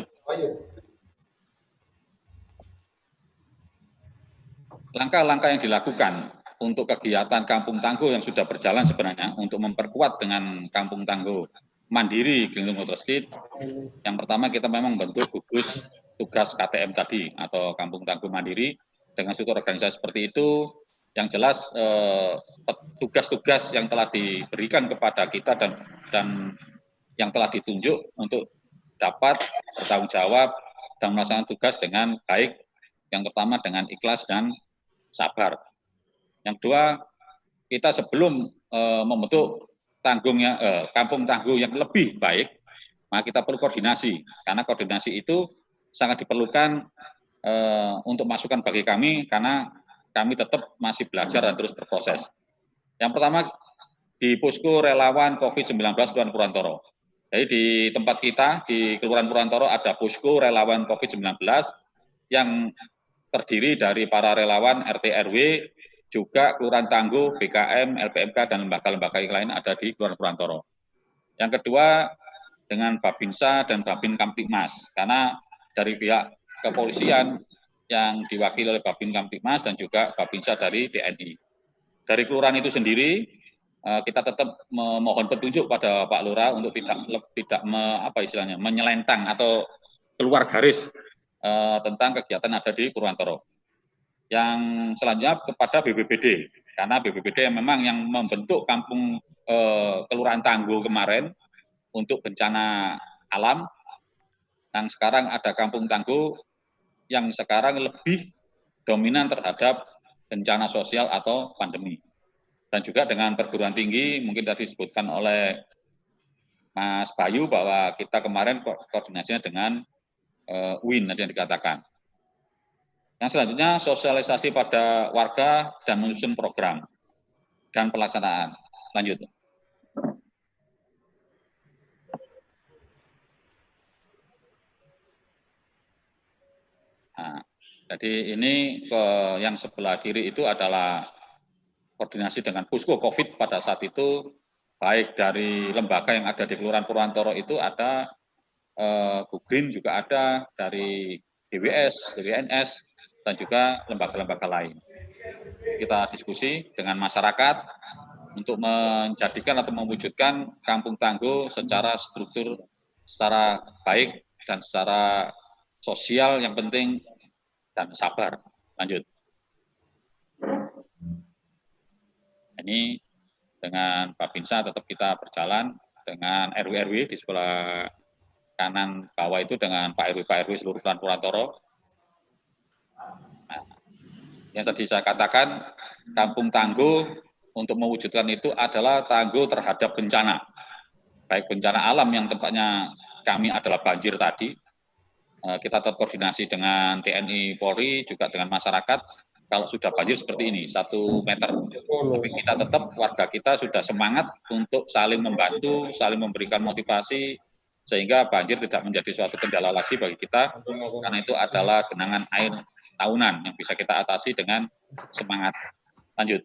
C: Langkah-langkah yang dilakukan untuk kegiatan Kampung Tangguh yang sudah berjalan sebenarnya untuk memperkuat dengan Kampung Tangguh Mandiri Glentung Watershed. Yang pertama kita memang membentuk gugus tugas K T M tadi atau Kampung Tangguh Mandiri dengan struktur organisasi seperti itu. Yang jelas tugas-tugas eh, yang telah diberikan kepada kita dan dan yang telah ditunjuk untuk dapat bertanggung jawab dan melaksanakan tugas dengan baik. Yang pertama dengan ikhlas dan sabar. Yang kedua, kita sebelum eh, membentuk tanggungnya eh, Kampung Tangguh yang lebih baik, maka kita perlu koordinasi. Karena koordinasi itu sangat diperlukan eh, untuk masukan bagi kami, karena kami tetap masih belajar dan terus berproses. Yang pertama, di Posko Relawan COVID sembilan belas Kelurahan Purwantoro. Jadi di tempat kita, di Kelurahan Purwantoro ada Posko Relawan COVID sembilan belas yang terdiri dari para relawan R T R W, juga Kelurahan Tangguh, B K M, L P M K, dan lembaga-lembaga yang lain ada di Kelurahan Purwantoro. Yang kedua, dengan Babinsa dan Babin Kamtibmas, karena dari pihak kepolisian yang diwakili oleh Babin Kamtibmas dan juga Babinsa dari T N I. Dari kelurahan itu sendiri, kita tetap memohon petunjuk pada Pak Lurah untuk tidak tidak me, apa istilahnya menyelentang atau keluar garis eh, tentang kegiatan ada di Purwantoro. Yang selanjutnya kepada B B B D, karena B B B D yang memang yang membentuk kampung eh, Kelurahan Tangguh kemarin untuk bencana alam, yang sekarang ada Kampung Tangguh yang sekarang lebih dominan terhadap bencana sosial atau pandemi. Dan juga dengan perguruan tinggi, mungkin tadi disebutkan oleh Mas Bayu bahwa kita kemarin ko koordinasinya dengan uh, U I N yang dikatakan. Yang selanjutnya sosialisasi pada warga dan menyusun program dan pelaksanaan. Lanjut. Nah, jadi ini ke yang sebelah kiri itu adalah koordinasi dengan Posko COVID pada saat itu, baik dari lembaga yang ada di Kelurahan Purwantoro itu ada, eh, Gugrin juga ada, dari D W S, D W N S, dan juga lembaga-lembaga lain. Kita diskusi dengan masyarakat untuk menjadikan atau mewujudkan Kampung Tangguh secara struktur, secara baik, dan secara sosial yang penting, dan sabar. Lanjut. Ini dengan Babinsa tetap kita berjalan dengan R W R W di sebelah kanan bawah itu dengan Pak R W Pak R W seluruh Kelurahan Purwantoro. Nah, yang tadi saya katakan Kampung Tangguh untuk mewujudkan itu adalah tangguh terhadap bencana, baik bencana alam yang tempatnya kami adalah banjir tadi. Kita terkoordinasi dengan T N I Polri juga dengan masyarakat. Kalau sudah banjir seperti ini, satu meter. Tapi kita tetap, warga kita sudah semangat untuk saling membantu, saling memberikan motivasi, sehingga banjir tidak menjadi suatu kendala lagi bagi kita, karena itu adalah genangan air tahunan yang bisa kita atasi dengan semangat. Lanjut.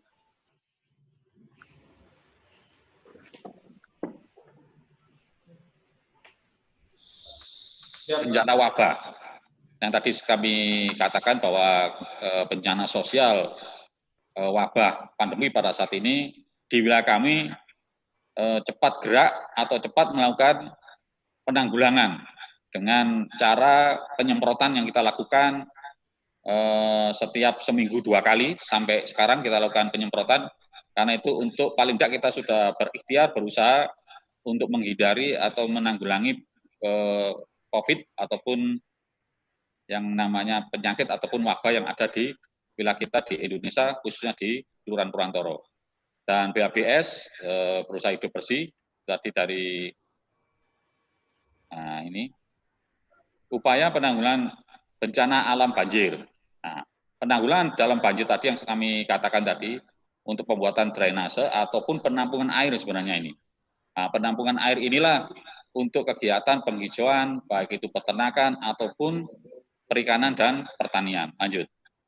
C: Bencana wabah. Yang tadi kami katakan bahwa e, bencana sosial eh, wabah pandemi pada saat ini di wilayah kami eh, cepat gerak atau cepat melakukan penanggulangan dengan cara penyemprotan yang kita lakukan eh, setiap seminggu dua kali sampai sekarang kita lakukan penyemprotan, karena itu untuk paling tidak kita sudah berikhtiar berusaha untuk menghindari atau menanggulangi eh, COVID ataupun yang namanya penyakit ataupun wabah yang ada di wilayah kita di Indonesia, khususnya di Kelurahan Purwantoro. Dan B H B S eh, berusaha hidup bersih tadi dari nah ini upaya penanggulangan bencana alam banjir. Nah, penanggulangan dalam banjir tadi yang kami katakan tadi untuk pembuatan drainase ataupun penampungan air sebenarnya ini. Nah, penampungan air inilah untuk kegiatan penghijauan baik itu peternakan ataupun perikanan dan pertanian. Lanjut.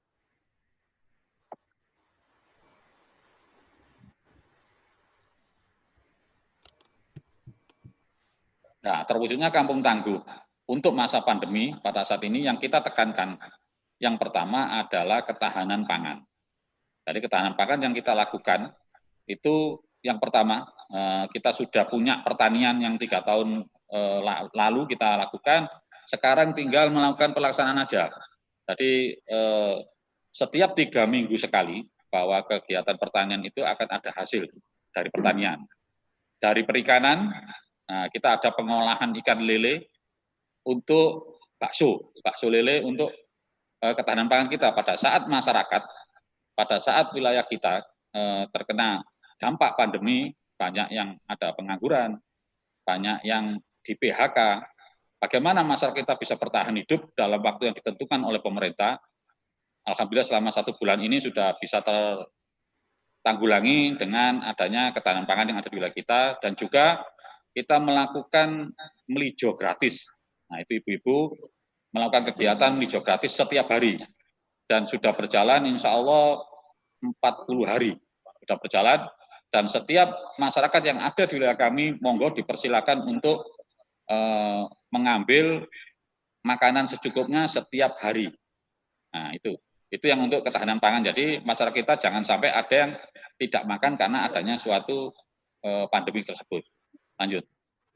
C: Nah, terwujudnya kampung tangguh untuk masa pandemi pada saat ini yang kita tekankan yang pertama adalah ketahanan pangan. Jadi ketahanan pangan yang kita lakukan itu yang pertama kita sudah punya pertanian yang tiga tahun lalu kita lakukan, sekarang tinggal melakukan pelaksanaan aja. Jadi setiap tiga minggu sekali bahwa kegiatan pertanian itu akan ada hasil dari pertanian. Dari perikanan, nah, kita ada pengolahan ikan lele untuk bakso, bakso lele untuk eh, ketahanan pangan kita pada saat masyarakat, pada saat wilayah kita eh, terkena dampak pandemi, banyak yang ada pengangguran, banyak yang di P H K. Bagaimana masyarakat kita bisa bertahan hidup dalam waktu yang ditentukan oleh pemerintah? Alhamdulillah selama satu bulan ini sudah bisa tertanggulangi dengan adanya ketahanan pangan yang ada di wilayah kita, dan juga kita melakukan melijo gratis. Nah, itu ibu-ibu melakukan kegiatan melijo gratis setiap hari. Dan sudah berjalan insya Allah empat puluh hari. Sudah berjalan, dan setiap masyarakat yang ada di wilayah kami, monggo dipersilakan untuk eh, mengambil makanan secukupnya setiap hari. Nah, itu. Itu yang untuk ketahanan pangan. Jadi masyarakat kita jangan sampai ada yang tidak makan karena adanya suatu eh, pandemi tersebut. Lanjut.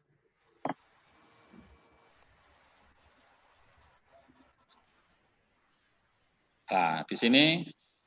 C: Nah, di sini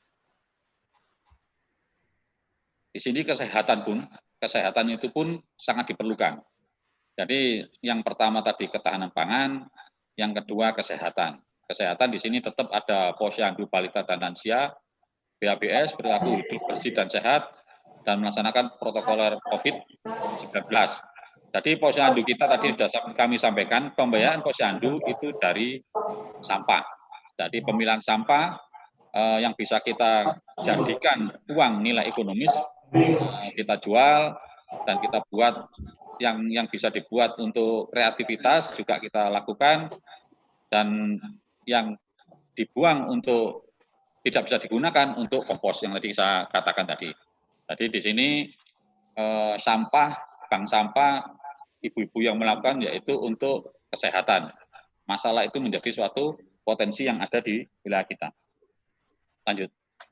C: di sini kesehatan pun, kesehatan itu pun sangat diperlukan. Jadi yang pertama tadi ketahanan pangan, yang kedua kesehatan. Kesehatan di sini tetap ada posyandu balita dan lansia, B H B S perilaku hidup bersih dan sehat, dan melaksanakan protokol COVID sembilan belas. Jadi posyandu kita tadi sudah kami sampaikan, pembiayaan posyandu itu dari sampah. Jadi pemilahan sampah eh, yang bisa kita jadikan uang nilai ekonomis, eh, kita jual dan kita buat yang yang bisa dibuat untuk kreativitas juga kita lakukan, dan yang dibuang untuk tidak bisa digunakan untuk kompos yang tadi saya katakan tadi. Jadi di sini eh, sampah, bank sampah, ibu-ibu yang melakukan yaitu untuk kesehatan. Masalah itu menjadi suatu potensi yang ada di wilayah kita. Lanjut.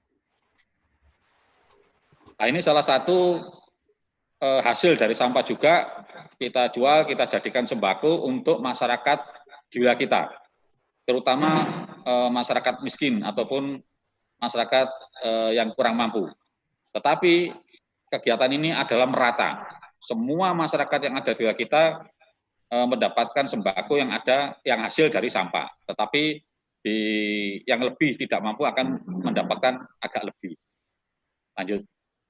C: Nah, ini salah satu eh, hasil dari sampah juga kita jual, kita jadikan sembako untuk masyarakat di wilayah kita, terutama eh, masyarakat miskin ataupun masyarakat eh, yang kurang mampu. Tetapi kegiatan ini adalah merata. Semua masyarakat yang ada di wilayah kita eh, mendapatkan sembako yang ada yang hasil dari sampah. Tetapi di yang lebih tidak mampu akan mendapatkan agak lebih. Lanjut.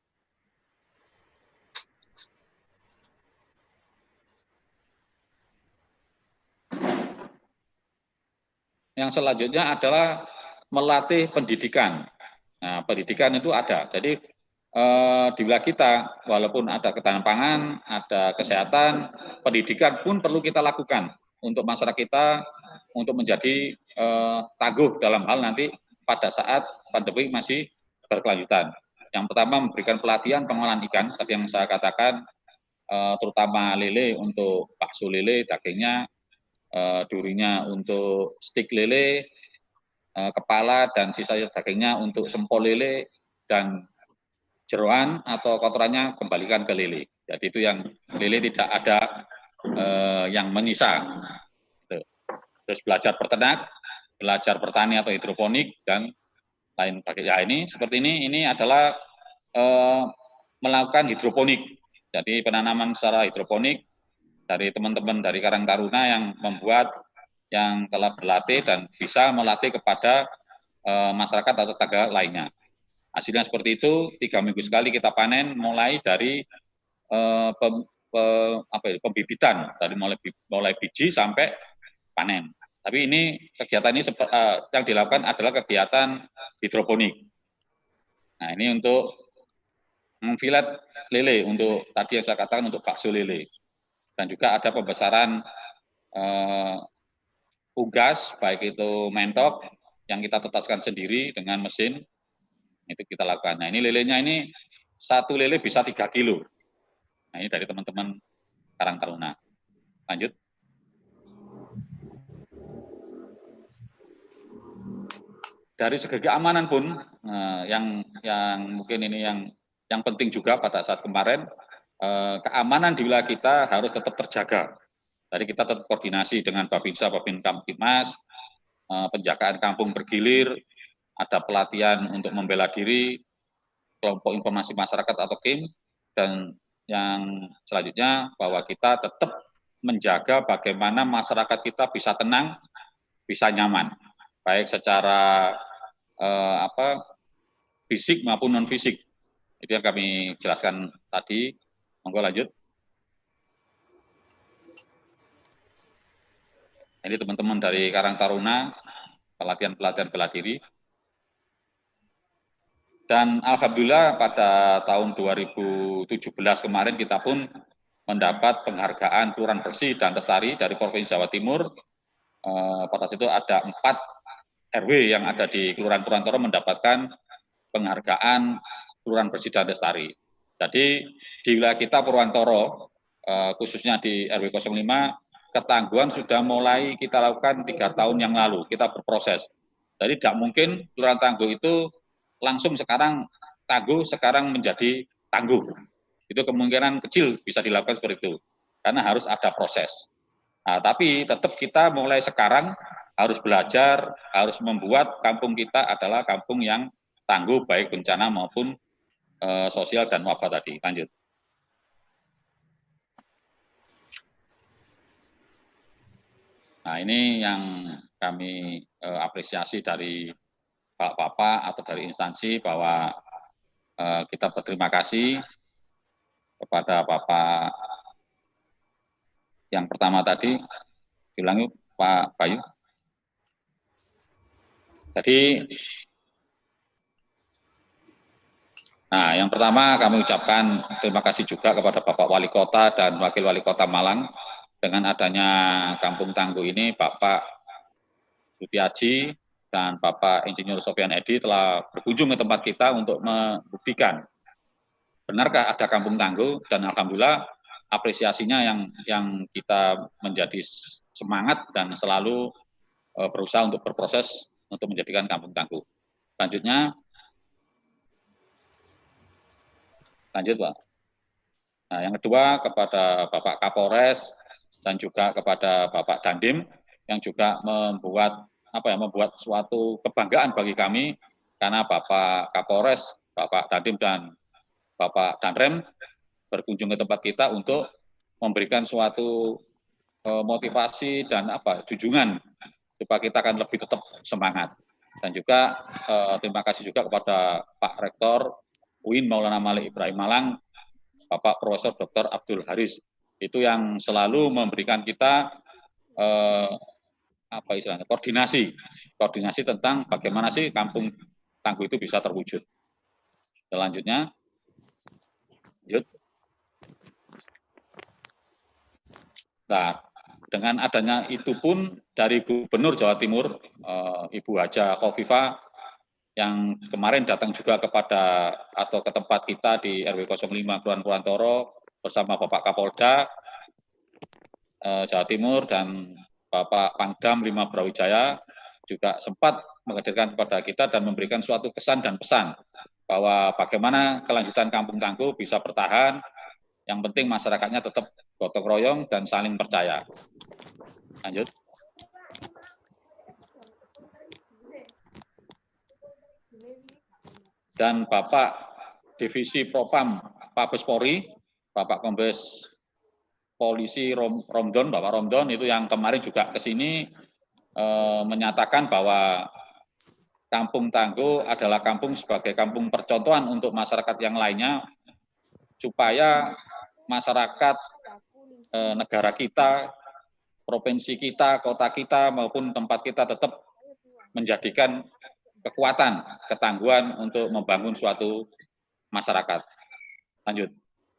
C: Yang selanjutnya adalah melatih pendidikan. Nah, pendidikan itu ada. Jadi eh, di wilayah kita, walaupun ada ketahanan pangan, ada kesehatan, pendidikan pun perlu kita lakukan untuk masyarakat kita untuk menjadi eh, tangguh dalam hal nanti pada saat pandemi masih berkelanjutan. Yang pertama memberikan pelatihan pengolahan ikan, tadi yang saya katakan, eh, terutama lele untuk bakso lele, dagingnya, Uh, durinya untuk stik lele, uh, kepala dan sisa dagingnya untuk sempol lele, dan jeroan atau kotorannya kembalikan ke lele. Jadi itu yang lele tidak ada eh, yang menyisa. Terus belajar berternak, belajar bertani atau hidroponik dan lain sebagainya. Ya ini seperti ini, ini adalah eh, melakukan hidroponik. Jadi penanaman secara hidroponik dari teman-teman dari Karang Taruna yang membuat, yang telah berlatih dan bisa melatih kepada eh, masyarakat atau tetangga lainnya. Hasilnya seperti itu, tiga minggu sekali kita panen mulai dari eh, pem, pe, apa ya, pembibitan, dari mulai, mulai biji sampai panen. Tapi ini kegiatan ini uh, yang dilakukan adalah kegiatan hidroponik. Nah ini untuk memfilet lele, untuk tadi yang saya katakan untuk bakso lele. Dan juga ada pembesaran uh, unggas, baik itu mentok yang kita tetaskan sendiri dengan mesin, itu kita lakukan. Nah ini lelenya ini, satu lele bisa tiga kilo. Nah ini dari teman-teman Karang Taruna. Lanjut. Dari segi keamanan pun eh, yang yang mungkin ini yang yang penting juga pada saat kemarin, eh, keamanan di wilayah kita harus tetap terjaga. Jadi kita tetap koordinasi dengan Babinsa, Babin Kamtibmas, eh, penjagaan kampung bergilir, ada pelatihan untuk membela diri, kelompok informasi masyarakat atau K I M, dan yang selanjutnya bahwa kita tetap menjaga bagaimana masyarakat kita bisa tenang, bisa nyaman, baik secara Eh, apa fisik maupun non fisik. Itu yang kami jelaskan tadi. Monggo lanjut. Ini teman-teman dari Karang Taruna, pelatihan-pelatihan bela diri. Dan alhamdulillah pada tahun dua ribu tujuh belas kemarin kita pun mendapat penghargaan Kelurahan Bersih dan Lestari dari Provinsi Jawa Timur. Eh, pada situ ada empat R W yang ada di Kelurahan Purwantoro mendapatkan penghargaan Kelurahan Bersih dan Lestari. Jadi di wilayah kita Purwantoro, eh, khususnya di R W nol lima, ketangguhan sudah mulai kita lakukan tiga tahun yang lalu, kita berproses. Jadi tidak mungkin Kelurahan Tangguh itu langsung sekarang tangguh, sekarang menjadi tangguh. Itu kemungkinan kecil bisa dilakukan seperti itu, karena harus ada proses. Nah, tapi tetap kita mulai sekarang harus belajar, harus membuat kampung kita adalah kampung yang tangguh baik bencana maupun e, sosial dan wabah tadi. Lanjut. Nah ini yang kami e, apresiasi dari Bapak-Bapak atau dari instansi bahwa e, kita berterima kasih kepada Bapak yang pertama tadi, diulangi Pak Bayu. Jadi, nah yang pertama kami ucapkan terima kasih juga kepada Bapak Wali Kota dan Wakil Wali Kota Malang. Dengan adanya Kampung Tangguh ini, Bapak Sutiaji dan Bapak Insinyur Sofyan Edi telah berkunjung ke tempat kita untuk membuktikan benarkah ada Kampung Tangguh, dan alhamdulillah apresiasinya yang yang kita menjadi semangat dan selalu uh, berusaha untuk berproses untuk menjadikan Kampung Tangguh. Selanjutnya, lanjut Pak. Nah, yang kedua kepada Bapak Kapolres dan juga kepada Bapak Dandim yang juga membuat apa ya membuat suatu kebanggaan bagi kami, karena Bapak Kapolres, Bapak Dandim dan Bapak Danrem berkunjung ke tempat kita untuk memberikan suatu eh, motivasi dan apa junjungan supaya kita akan lebih tetap semangat. Dan juga eh, terima kasih juga kepada Pak Rektor U I N Maulana Malik Ibrahim Malang, Bapak Profesor Doktor Abdul Haris, itu yang selalu memberikan kita eh, apa istilahnya koordinasi, koordinasi tentang bagaimana sih Kampung Tangguh itu bisa terwujud. Selanjutnya, yuk. Nah, dengan adanya itu pun dari Gubernur Jawa Timur, eh, Ibu Haja Khofifah, yang kemarin datang juga kepada atau ke tempat kita di R W nol lima Kelurahan Purwantoro bersama Bapak Kapolda eh, Jawa Timur dan Bapak Pangdam lima Brawijaya juga sempat menghadirkan kepada kita dan memberikan suatu kesan dan pesan bahwa bagaimana kelanjutan Kampung Tangguh bisa bertahan. Yang penting masyarakatnya tetap gotong royong dan saling percaya. Lanjut. Dan Bapak Divisi Propam Mabes Polri, Bapak Kombes Polisi Rom, Romdon, Bapak Romdon itu yang kemarin juga ke sini e, menyatakan bahwa Kampung Tangguh adalah kampung sebagai kampung percontohan untuk masyarakat yang lainnya, supaya masyarakat e, negara kita, provinsi kita, kota kita, maupun tempat kita tetap menjadikan kekuatan, ketangguhan untuk membangun suatu masyarakat. Lanjut.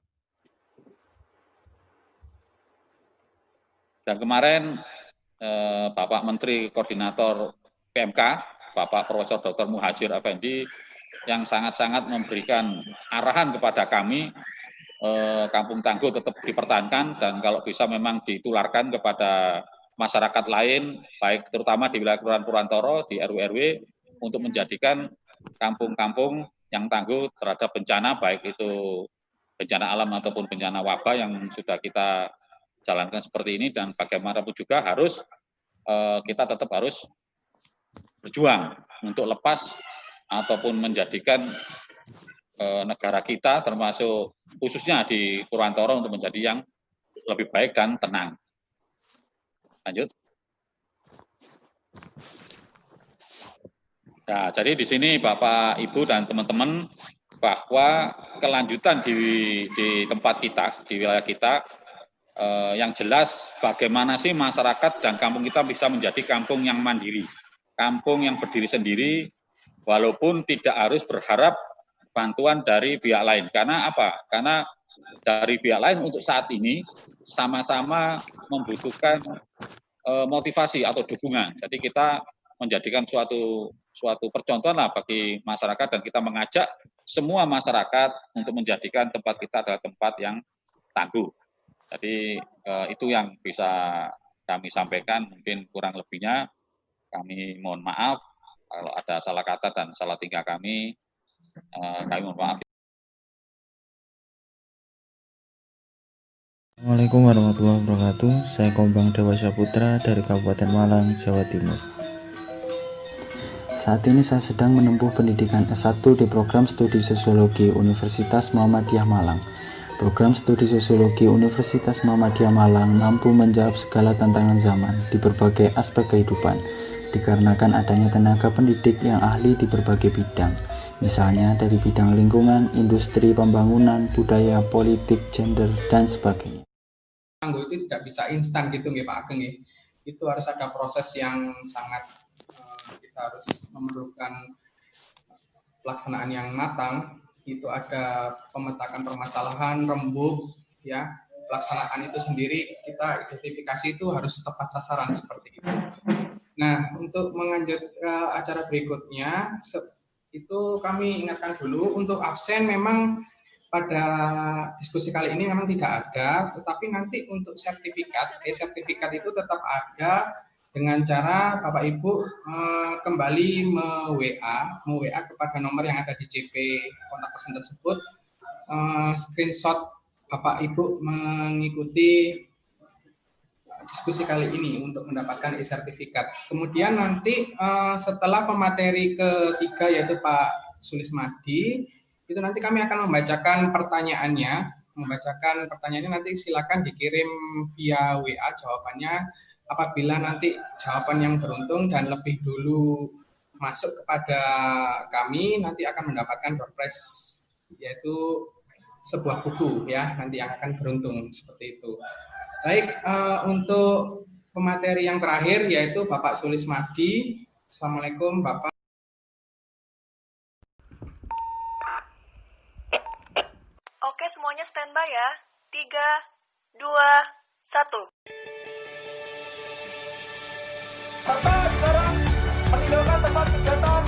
C: Dan kemarin eh, Bapak Menteri Koordinator P M K, Bapak Profesor Doktor Muhajir Effendi, yang sangat-sangat memberikan arahan kepada kami, eh, Kampung Tangguh tetap dipertahankan, dan kalau bisa memang ditularkan kepada masyarakat lain, baik terutama di wilayah Kelurahan Purwantoro, di R W R W, untuk menjadikan kampung-kampung yang tangguh terhadap bencana, baik itu bencana alam ataupun bencana wabah yang sudah kita jalankan seperti ini. Dan bagaimanapun juga harus eh, kita tetap harus berjuang untuk lepas ataupun menjadikan eh, negara kita, termasuk khususnya di Purwantoro, untuk menjadi yang lebih baik dan tenang. Lanjut. Nah, jadi di sini Bapak, Ibu, dan teman-teman, bahwa kelanjutan di, di tempat kita, di wilayah kita, eh, yang jelas bagaimana sih masyarakat dan kampung kita bisa menjadi kampung yang mandiri, kampung yang berdiri sendiri, walaupun tidak harus berharap bantuan dari pihak lain. Karena apa? Karena dari pihak lain untuk saat ini sama-sama membutuhkan eh, motivasi atau dukungan. Jadi kita menjadikan suatu suatu percontohan lah bagi masyarakat, dan kita mengajak semua masyarakat untuk menjadikan tempat kita adalah tempat yang tangguh. Jadi eh, itu yang bisa kami sampaikan. Mungkin kurang lebihnya kami mohon maaf kalau ada salah kata dan salah tingkah kami. Eh, kami mohon maaf.
F: Assalamualaikum warahmatullahi wabarakatuh. Saya Kombang Dewasya Putra dari Kabupaten Malang, Jawa Timur. Saat ini saya sedang menempuh pendidikan S satu di program studi sosiologi Universitas Muhammadiyah Malang. Program studi sosiologi Universitas Muhammadiyah Malang mampu menjawab segala tantangan zaman di berbagai aspek kehidupan, dikarenakan adanya tenaga pendidik yang ahli di berbagai bidang, misalnya dari bidang lingkungan, industri, pembangunan, budaya, politik, gender, dan sebagainya.
A: Tangguh itu tidak bisa instan gitu nggih Pak Ageng, nggih. Itu harus ada proses yang sangat kita harus memerlukan pelaksanaan yang matang. Itu ada pemetakan permasalahan, rembuk, ya, pelaksanaan itu sendiri kita identifikasi itu harus tepat sasaran seperti itu. Nah, untuk menganjut uh, acara berikutnya, itu kami ingatkan dulu untuk absen memang pada diskusi kali ini memang tidak ada, tetapi nanti untuk sertifikat, e-sertifikat itu tetap ada, dengan cara Bapak Ibu eh, kembali me-W A, me-W A kepada nomor yang ada di C P kontak person tersebut, eh, screenshot Bapak Ibu mengikuti diskusi kali ini untuk mendapatkan e-sertifikat. Kemudian nanti eh, setelah pemateri ketiga yaitu Pak Sulismadi, itu nanti kami akan membacakan pertanyaannya, membacakan pertanyaannya nanti silakan dikirim via W A jawabannya. Apabila nanti jawaban yang beruntung dan lebih dulu masuk kepada kami, nanti akan mendapatkan door prize, yaitu sebuah buku ya, nanti yang akan beruntung seperti itu. Baik, uh, untuk pemateri yang terakhir yaitu Bapak Sulismadi. Assalamualaikum Bapak.
G: Oke, semuanya standby ya. Tiga, dua, satu.
H: Serta sekarang meninggalkan tempat kegiatan.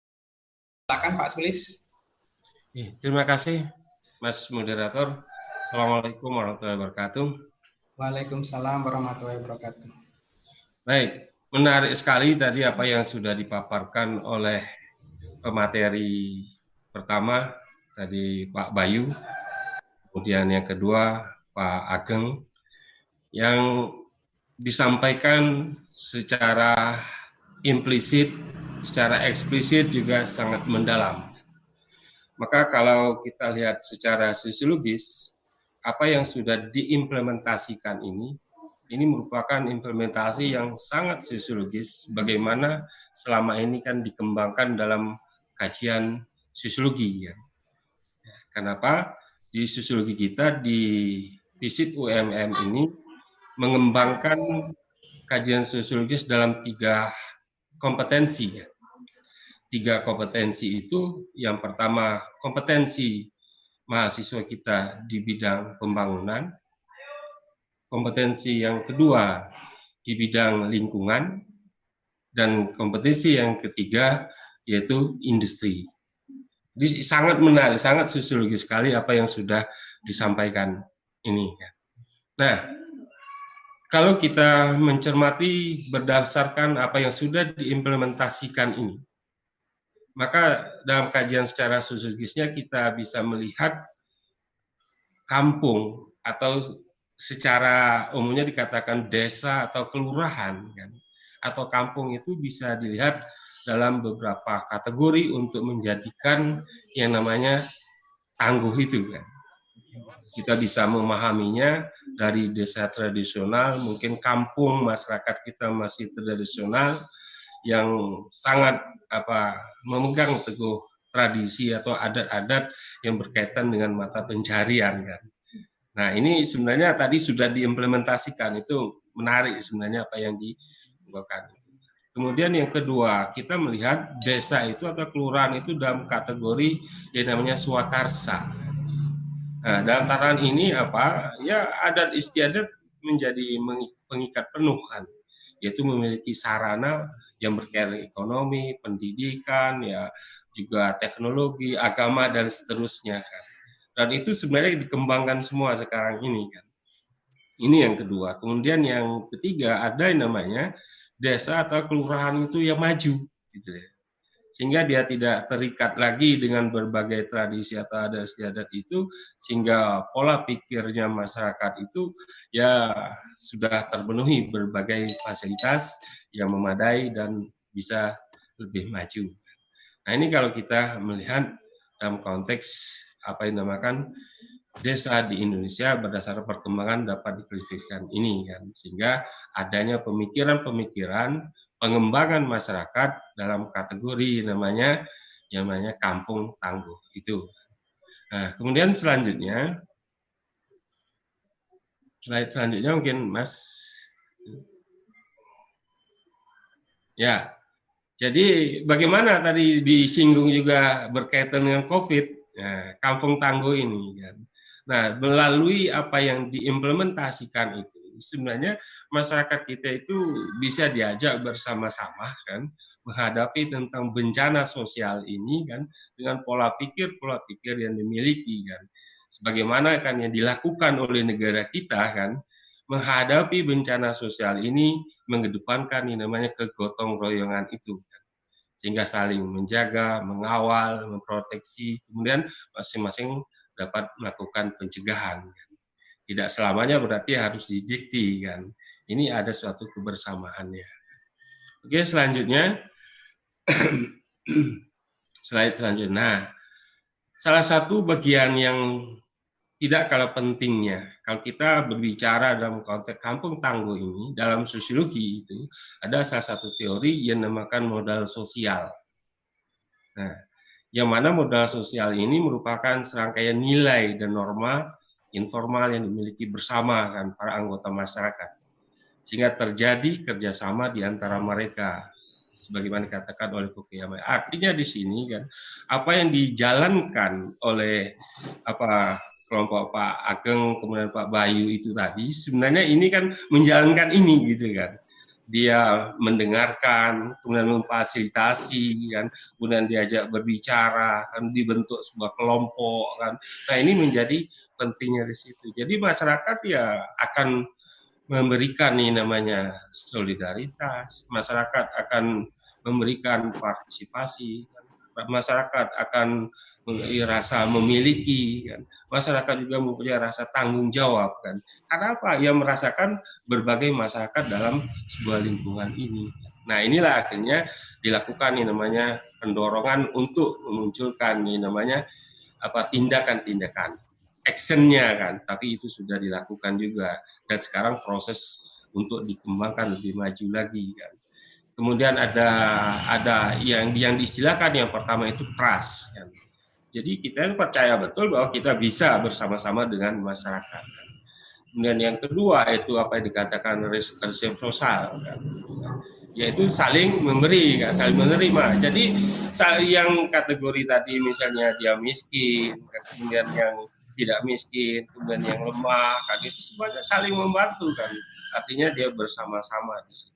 A: Silakan Pak Sulis.
D: Terima kasih Mas Moderator. Assalamualaikum warahmatullahi wabarakatuh.
A: Waalaikumsalam warahmatullahi wabarakatuh.
D: Baik, menarik sekali tadi apa yang sudah dipaparkan oleh pemateri pertama, tadi Pak Bayu, kemudian yang kedua Pak Ageng, yang disampaikan secara implisit, secara eksplisit juga sangat mendalam. Maka kalau kita lihat secara sosiologis, apa yang sudah diimplementasikan ini, ini merupakan implementasi yang sangat sosiologis, bagaimana selama ini kan dikembangkan dalam kajian sosiologi. Ya. Kenapa? Di sosiologi kita, di FISIP U M M ini, mengembangkan kajian sosiologis dalam tiga kompetensi. Ya. Tiga kompetensi itu, yang pertama kompetensi mahasiswa kita di bidang pembangunan, kompetensi yang kedua di bidang lingkungan, dan kompetensi yang ketiga yaitu industri. Jadi sangat menarik, sangat sosiologis sekali apa yang sudah disampaikan ini. Nah, kalau kita mencermati berdasarkan apa yang sudah diimplementasikan ini, maka dalam kajian secara sosiologisnya kita bisa melihat kampung atau secara umumnya dikatakan desa atau kelurahan, kan, atau kampung itu bisa dilihat dalam beberapa kategori untuk menjadikan yang namanya tangguh itu. Kan. Kita bisa memahaminya dari desa tradisional, mungkin kampung masyarakat kita masih tradisional, yang sangat apa memegang teguh tradisi atau adat-adat yang berkaitan dengan mata pencarian kan. Nah, ini sebenarnya tadi sudah diimplementasikan, itu menarik sebenarnya apa yang dilakukan. Kemudian yang kedua, kita melihat desa itu atau kelurahan itu dalam kategori yang namanya swakarsa. Nah, dalam tataran ini apa? Ya adat istiadat menjadi pengikat penuh kan. Yaitu memiliki sarana yang berkaitan ekonomi, pendidikan, ya juga teknologi, agama dan seterusnya kan. Dan itu sebenarnya dikembangkan semua sekarang ini kan. Ini yang kedua. Kemudian yang ketiga ada yang namanya desa atau kelurahan itu yang maju gitu ya. Sehingga dia tidak terikat lagi dengan berbagai tradisi atau adat istiadat itu, sehingga pola pikirnya masyarakat itu ya sudah terpenuhi berbagai fasilitas yang memadai dan bisa lebih maju. Nah, ini kalau kita melihat dalam konteks apa yang dinamakan desa di Indonesia berdasarkan perkembangan dapat diklasifikasikan ini kan, sehingga adanya pemikiran-pemikiran pengembangan masyarakat dalam kategori namanya yang namanya kampung tangguh itu. Nah, kemudian selanjutnya, slide selanjutnya mungkin Mas. Ya, jadi bagaimana tadi disinggung juga berkaitan dengan COVID, ya, kampung tangguh ini kan. Nah, melalui apa yang diimplementasikan itu, sebenarnya masyarakat kita itu bisa diajak bersama-sama kan menghadapi tentang bencana sosial ini kan dengan pola pikir pola pikir yang dimiliki kan, sebagaimana kan yang dilakukan oleh negara kita kan menghadapi bencana sosial ini mengedepankan yang namanya kegotong royongan itu kan, sehingga saling menjaga, mengawal, memproteksi, kemudian masing-masing dapat melakukan pencegahan kan. Tidak selamanya berarti harus didikti kan. Ini ada suatu kebersamaannya. Oke, selanjutnya slide selanjutnya. Nah, salah satu bagian yang tidak kalah pentingnya kalau kita berbicara dalam konteks kampung tangguh ini dalam sosiologi itu ada salah satu teori yang dinamakan modal sosial. Nah, yang mana modal sosial ini merupakan serangkaian nilai dan norma informal yang dimiliki bersama kan para anggota masyarakat, sehingga terjadi kerjasama di antara mereka, sebagaimana dikatakan oleh Fukuyama. Artinya di sini kan apa yang dijalankan oleh apa kelompok Pak Ageng kemudian Pak Bayu itu tadi sebenarnya ini kan menjalankan ini gitu kan dia mendengarkan, kemudian memfasilitasi, kan, kemudian diajak berbicara, kan, dibentuk sebuah kelompok, kan. Nah ini menjadi pentingnya di situ. Jadi masyarakat ya akan memberikan nih namanya solidaritas, masyarakat akan memberikan partisipasi, masyarakat akan rasa memiliki, kan. Masyarakat juga mempunyai rasa tanggung jawab, kan. Karena apa? Ia merasakan berbagai masyarakat dalam sebuah lingkungan ini. Nah inilah akhirnya dilakukan nih namanya pendorongan untuk memunculkan nih namanya apa tindakan-tindakan, actionnya, kan. Tapi itu sudah dilakukan juga dan sekarang proses untuk dikembangkan lebih maju lagi, kan. Kemudian ada ada yang yang diistilahkan yang pertama itu trust, kan. Jadi kita percaya betul bahwa kita bisa bersama-sama dengan masyarakat. Kemudian yang kedua itu apa yang dikatakan resiprosal, kan, yaitu saling memberi, kan, saling menerima. Jadi yang kategori tadi misalnya dia miskin, kan, kemudian yang tidak miskin, kemudian yang lemah, kan, itu semuanya saling membantu, kan. Artinya dia bersama-sama di situ.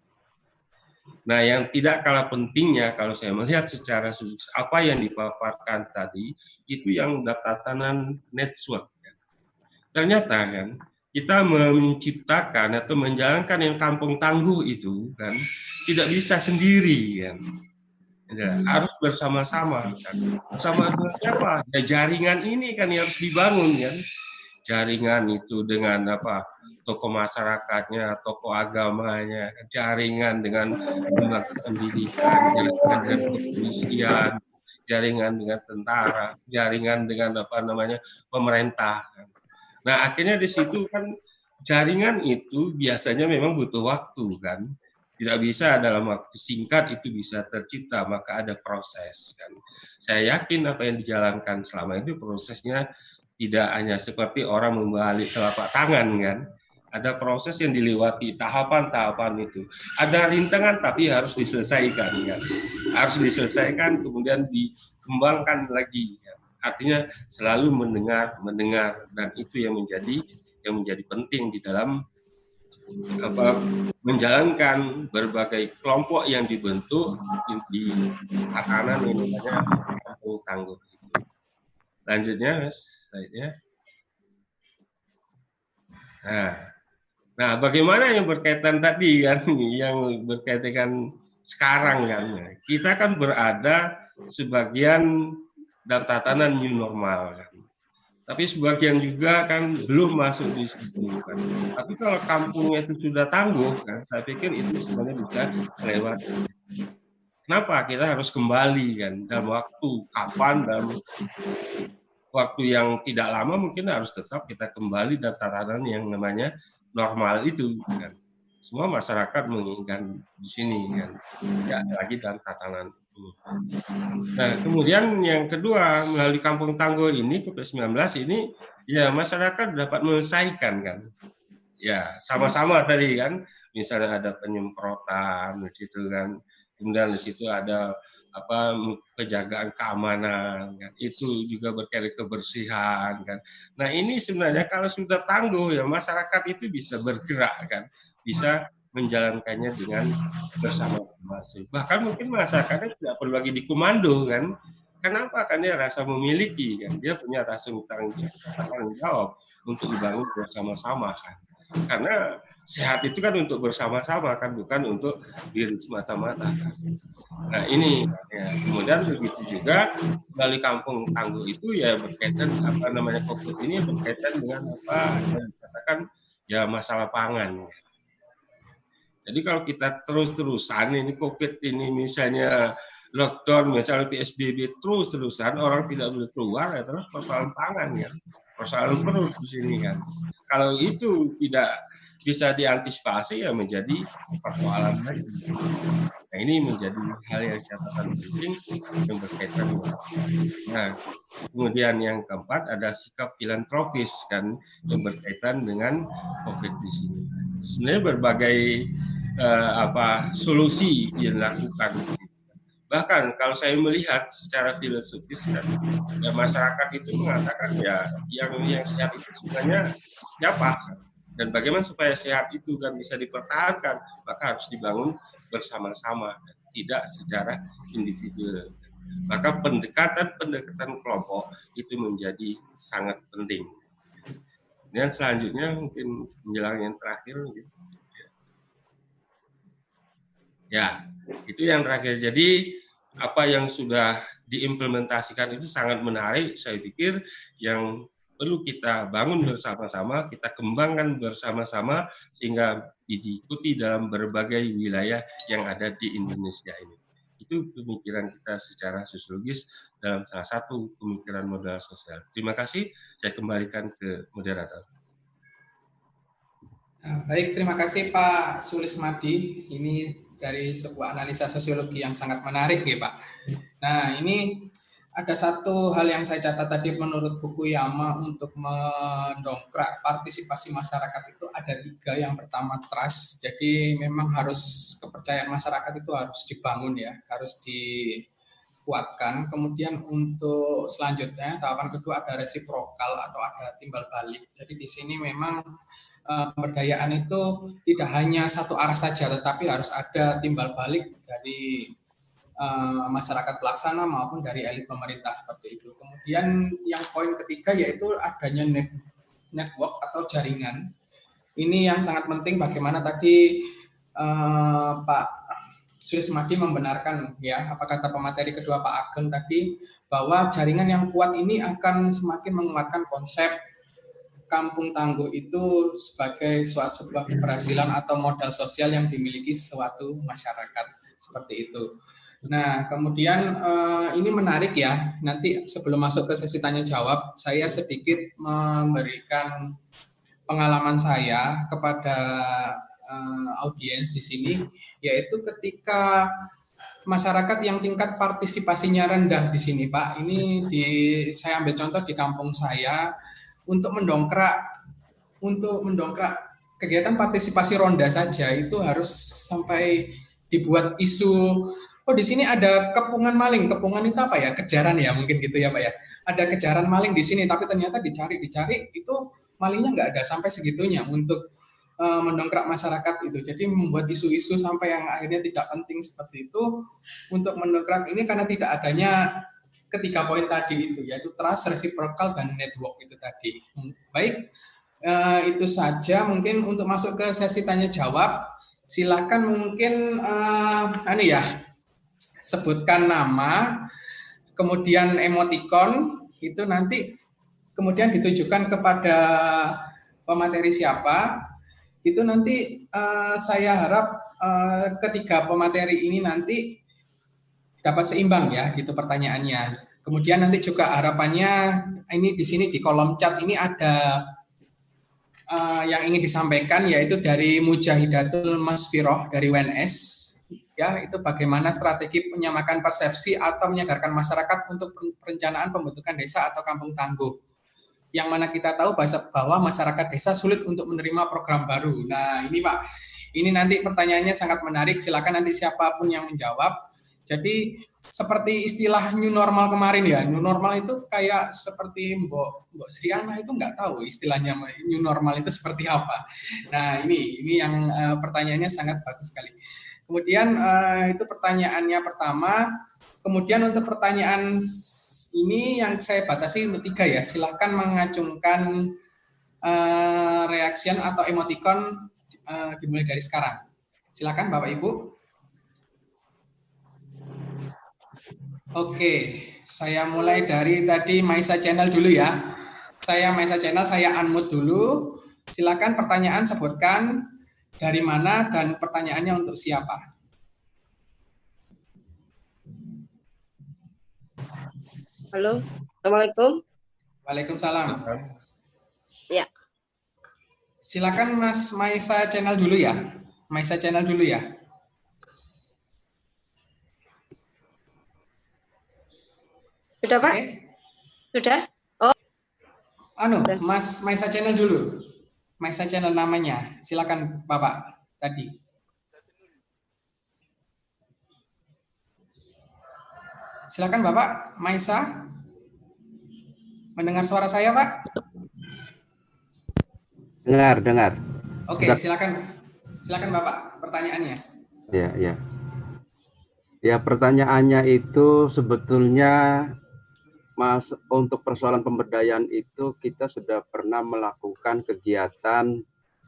D: Nah, yang tidak kalah pentingnya kalau saya melihat secara sukses apa yang dipaparkan tadi itu yang tatanan network. Ternyata kan kita menciptakan atau menjalankan yang kampung tangguh itu kan tidak bisa sendiri, kan. Ya, harus bersama-sama, kan. Bersama dengan siapa? Ya, jaringan ini kan yang harus dibangun, kan. Jaringan itu dengan apa? Tokoh masyarakatnya, tokoh agamanya, jaringan dengan lembaga pendidikan, jaringan dengan kepolisian, jaringan dengan tentara, jaringan dengan apa namanya pemerintah. Nah akhirnya di situ kan jaringan itu biasanya memang butuh waktu, kan. Tidak bisa dalam waktu singkat itu bisa tercipta, maka ada proses, kan. Saya yakin apa yang dijalankan selama itu prosesnya tidak hanya seperti orang membalik telapak tangan, kan. Ada proses yang dilewati, tahapan-tahapan itu. Ada rintangan tapi harus diselesaikan, kan. Harus diselesaikan kemudian dikembangkan lagi, kan. Artinya selalu mendengar, mendengar, dan itu yang menjadi yang menjadi penting di dalam apa menjalankan berbagai kelompok yang dibentuk di tatanan yang namanya kampung tangguh. Lanjutnya, Mas, slide-nya. Nah, nah, bagaimana yang berkaitan tadi, kan, yang berkaitan sekarang, kan, kita kan berada sebagian dalam tatanan new normal, kan. Tapi sebagian juga kan belum masuk di situ, kan. Tapi kalau kampungnya itu sudah tangguh, kan, saya pikir itu sebenarnya bisa lewat. Kenapa kita harus kembali, kan, dalam waktu kapan, dalam waktu yang tidak lama mungkin harus tetap kita kembali dalam tatanan yang namanya normal itu, kan. Semua masyarakat menginginkan di sini, kan, tidak lagi dalam tatanan ini. Nah, kemudian yang kedua melalui kampung tangguh ini COVID sembilan belas ini ya masyarakat dapat menyelesaikan, kan. Ya sama-sama tadi, kan, misalnya ada penyemprotan gitu, kan. Kemudian di situ ada apa penjagaan keamanan, kan. Itu juga berkaitan kebersihan, kan. Nah ini sebenarnya kalau sudah tangguh ya masyarakat itu bisa bergerak, kan, bisa menjalankannya dengan bersama-sama. Bahkan mungkin masyarakatnya tidak perlu lagi dikomando, kan. Kenapa? Kan dia rasa memiliki, kan, dia punya rasa tanggung jawab untuk dibangun bersama-sama, kan. Karena sehat itu kan untuk bersama-sama, kan, bukan untuk diri semata-mata, kan. Nah ini ya. Kemudian begitu juga melalui kampung tangguh itu ya berkaitan apa namanya COVID ini berkaitan dengan apa yang dikatakan ya masalah pangan. Jadi kalau kita terus-terusan ini COVID ini misalnya lockdown, misalnya P S B B terus-terusan orang tidak boleh keluar ya terus persoalan pangan, ya, persoalan perut di sini, kan. Kalau itu tidak bisa diantisipasi ya menjadi persoalan lagi. Nah ini menjadi hal yang catatan penting yang berkaitan dengan. Nah kemudian yang keempat ada sikap filantropis, kan, yang berkaitan dengan COVID di sini. Sebenarnya berbagai eh, apa solusi yang dilakukan. Bahkan kalau saya melihat secara filosofis, kan, ya masyarakat itu mengatakan ya yang yang sehat itu sebenarnya siapa? Dan bagaimana supaya sehat itu dan bisa dipertahankan, maka harus dibangun bersama-sama, tidak secara individu. Maka pendekatan-pendekatan kelompok itu menjadi sangat penting. Dan selanjutnya mungkin menjelang yang terakhir. Ya, itu yang terakhir. Jadi apa yang sudah diimplementasikan itu sangat menarik, saya pikir yang perlu kita bangun bersama-sama, kita kembangkan bersama-sama sehingga diikuti dalam berbagai wilayah yang ada di Indonesia ini. Itu pemikiran kita secara sosiologis dalam salah satu pemikiran modal sosial. Terima kasih, saya kembalikan ke moderator.
A: Baik, terima kasih Pak Sulismadi. Ini dari sebuah analisa sosiologi yang sangat menarik ya Pak. Nah ini ada satu hal yang saya catat tadi menurut Fukuyama untuk mendongkrak partisipasi masyarakat itu ada tiga. Yang pertama trust, jadi memang harus kepercayaan masyarakat itu harus dibangun ya, harus dikuatkan. Kemudian untuk selanjutnya tahapan kedua ada resiprokal atau ada timbal balik. Jadi di sini memang pemberdayaan itu tidak hanya satu arah saja, tetapi harus ada timbal balik dari uh, masyarakat pelaksana maupun dari elit pemerintah seperti itu. Kemudian yang poin ketiga yaitu adanya net, network atau jaringan. Ini yang sangat penting bagaimana tadi uh, Pak Sulismadi membenarkan ya apa kata pemateri kedua Pak Ageng tadi bahwa jaringan yang kuat ini akan semakin menguatkan konsep kampung tangguh itu sebagai suatu sebuah keberhasilan atau modal sosial yang dimiliki suatu masyarakat seperti itu. Nah, kemudian eh, ini menarik ya. Nanti sebelum masuk ke sesi tanya jawab, saya sedikit memberikan pengalaman saya kepada eh, audiens di sini, yaitu ketika masyarakat yang tingkat partisipasinya rendah di sini, Pak. Ini di saya ambil contoh di kampung saya. Untuk mendongkrak untuk mendongkrak kegiatan partisipasi ronda saja itu harus sampai dibuat isu. Oh di sini ada kepungan maling, kepungan itu apa ya? Kejaran ya mungkin gitu ya Pak ya. Ada kejaran maling di sini, tapi ternyata dicari dicari itu malingnya nggak ada sampai segitunya untuk uh, mendongkrak masyarakat itu. Jadi membuat isu-isu sampai yang akhirnya tidak penting seperti itu untuk mendongkrak ini karena tidak adanya ketiga poin tadi itu, yaitu trust, reciprocal, dan network itu tadi. Baik, eh, itu saja mungkin untuk masuk ke sesi tanya jawab. Silakan mungkin eh, anu ya, sebutkan nama, kemudian emoticon itu nanti kemudian ditujukan kepada pemateri siapa. Itu nanti eh, saya harap eh, ketiga pemateri ini nanti dapat seimbang ya gitu pertanyaannya. Kemudian nanti juga harapannya ini di sini di kolom chat ini ada uh, yang ingin disampaikan yaitu dari Mujahidatul Masfiroh dari W N S ya, itu bagaimana strategi menyamakan persepsi atau menyadarkan masyarakat untuk perencanaan pembentukan desa atau kampung tangguh. Yang mana kita tahu bahwa masyarakat desa sulit untuk menerima program baru. Nah, ini Pak, ini nanti pertanyaannya sangat menarik, silakan nanti siapapun yang menjawab. Jadi seperti istilah new normal kemarin ya, new normal itu kayak seperti Mbok Mbok Sriana itu nggak tahu istilahnya new normal itu seperti apa. Nah ini ini yang uh, pertanyaannya sangat bagus sekali. Kemudian uh, itu pertanyaannya pertama. Kemudian untuk pertanyaan ini yang saya batasi untuk tiga ya. Silahkan mengacungkan uh, reaction atau emoticon uh, dimulai dari sekarang. Silakan Bapak Ibu. Oke, saya mulai dari tadi Maisa Channel dulu ya. Saya Maisa Channel, saya unmute dulu. Silakan pertanyaan sebutkan dari mana dan pertanyaannya untuk siapa.
J: Halo, Assalamualaikum.
A: Waalaikumsalam.
J: Ya.
A: Silakan Mas Maisa Channel dulu ya. Maisa Channel dulu ya.
J: Sudah Pak?
A: Okay.
J: Sudah? Oh.
A: Anu, Mas Maisa Channel dulu. Maisa Channel namanya. Silakan Bapak tadi. Silakan Bapak Maisa. Mendengar suara saya, Pak?
K: Dengar, dengar.
A: Oke, silakan, silakan Bapak pertanyaannya.
K: Ya, ya. Ya, pertanyaannya itu sebetulnya Mas, untuk persoalan pemberdayaan itu kita sudah pernah melakukan kegiatan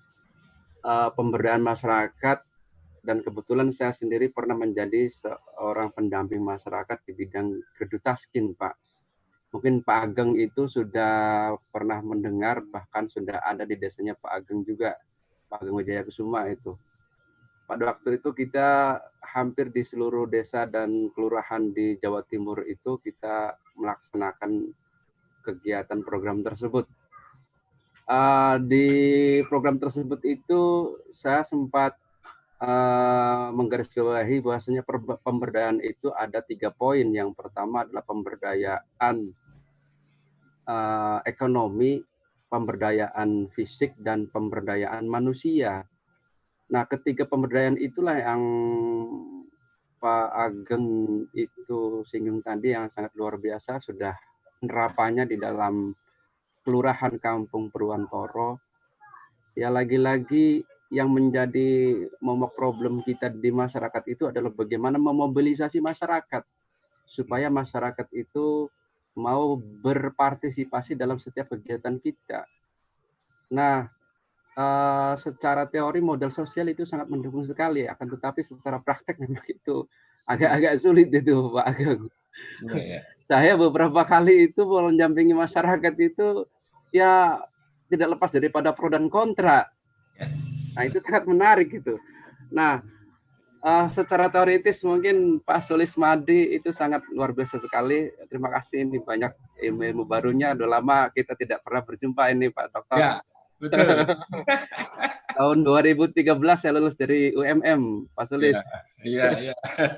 K: uh, pemberdayaan masyarakat, dan kebetulan saya sendiri pernah menjadi seorang pendamping masyarakat di bidang Gedutaskin, Pak. Mungkin Pak Ageng itu sudah pernah mendengar, bahkan sudah ada di desanya Pak Ageng juga, Pak Ageng Wijaya Kusuma itu. Pada waktu itu kita hampir di seluruh desa dan kelurahan di Jawa Timur itu kita melaksanakan kegiatan program tersebut. Uh, di program tersebut itu saya sempat uh, menggarisbawahi bahwasanya pemberdayaan itu ada tiga poin. Yang pertama adalah pemberdayaan uh, ekonomi, pemberdayaan fisik, dan pemberdayaan manusia. Nah, ketiga pemberdayaan itulah yang Pak Ageng itu singgung tadi, yang sangat luar biasa sudah penerapannya di dalam Kelurahan Kampung Purwantoro. Ya, lagi-lagi yang menjadi momok problem kita di masyarakat itu adalah bagaimana memobilisasi masyarakat supaya masyarakat itu mau berpartisipasi dalam setiap kegiatan kita. Nah, Uh, secara teori modal sosial itu sangat mendukung sekali, akan tetapi secara praktek memang itu agak-agak sulit itu Pak Ageng. Ya, ya. Saya beberapa kali itu mendampingi masyarakat itu ya tidak lepas daripada pro dan kontra. Nah, itu sangat menarik gitu. Nah, uh, secara teoritis mungkin Pak Sulis Madi itu sangat luar biasa sekali. Terima kasih, ini banyak ilmu barunya. Udah lama kita tidak pernah berjumpa ini Pak Dokter. Ya. Betul. Tahun dua ribu tiga belas saya lulus dari U M M, Pak Sulis.
D: Iya, iya.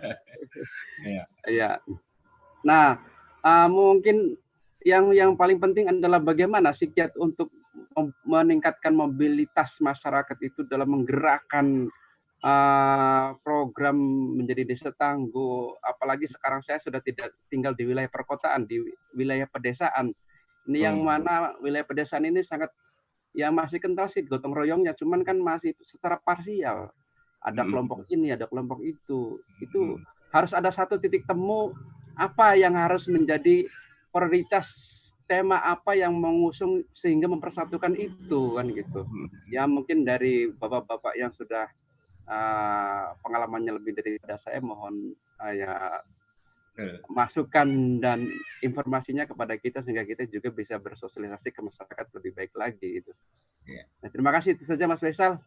D: Iya.
K: Iya. Nah, uh, mungkin yang yang paling penting adalah bagaimana sih kiat untuk meningkatkan mobilitas masyarakat itu dalam menggerakkan uh, program menjadi desa tangguh. Apalagi sekarang saya sudah tidak tinggal di wilayah perkotaan, di wilayah pedesaan. Ini hmm. yang mana wilayah pedesaan ini sangat ya masih kental sih gotong royongnya, cuman kan masih secara parsial. Ada kelompok ini, ada kelompok itu. Itu harus ada satu titik temu apa yang harus menjadi prioritas, tema apa yang mengusung sehingga mempersatukan itu kan gitu. Ya mungkin dari bapak-bapak yang sudah uh, pengalamannya lebih daripada saya, mohon uh, ya masukan dan informasinya kepada kita sehingga kita juga bisa bersosialisasi ke masyarakat lebih baik lagi gitu. Nah, terima kasih, itu saja Mas Faisal.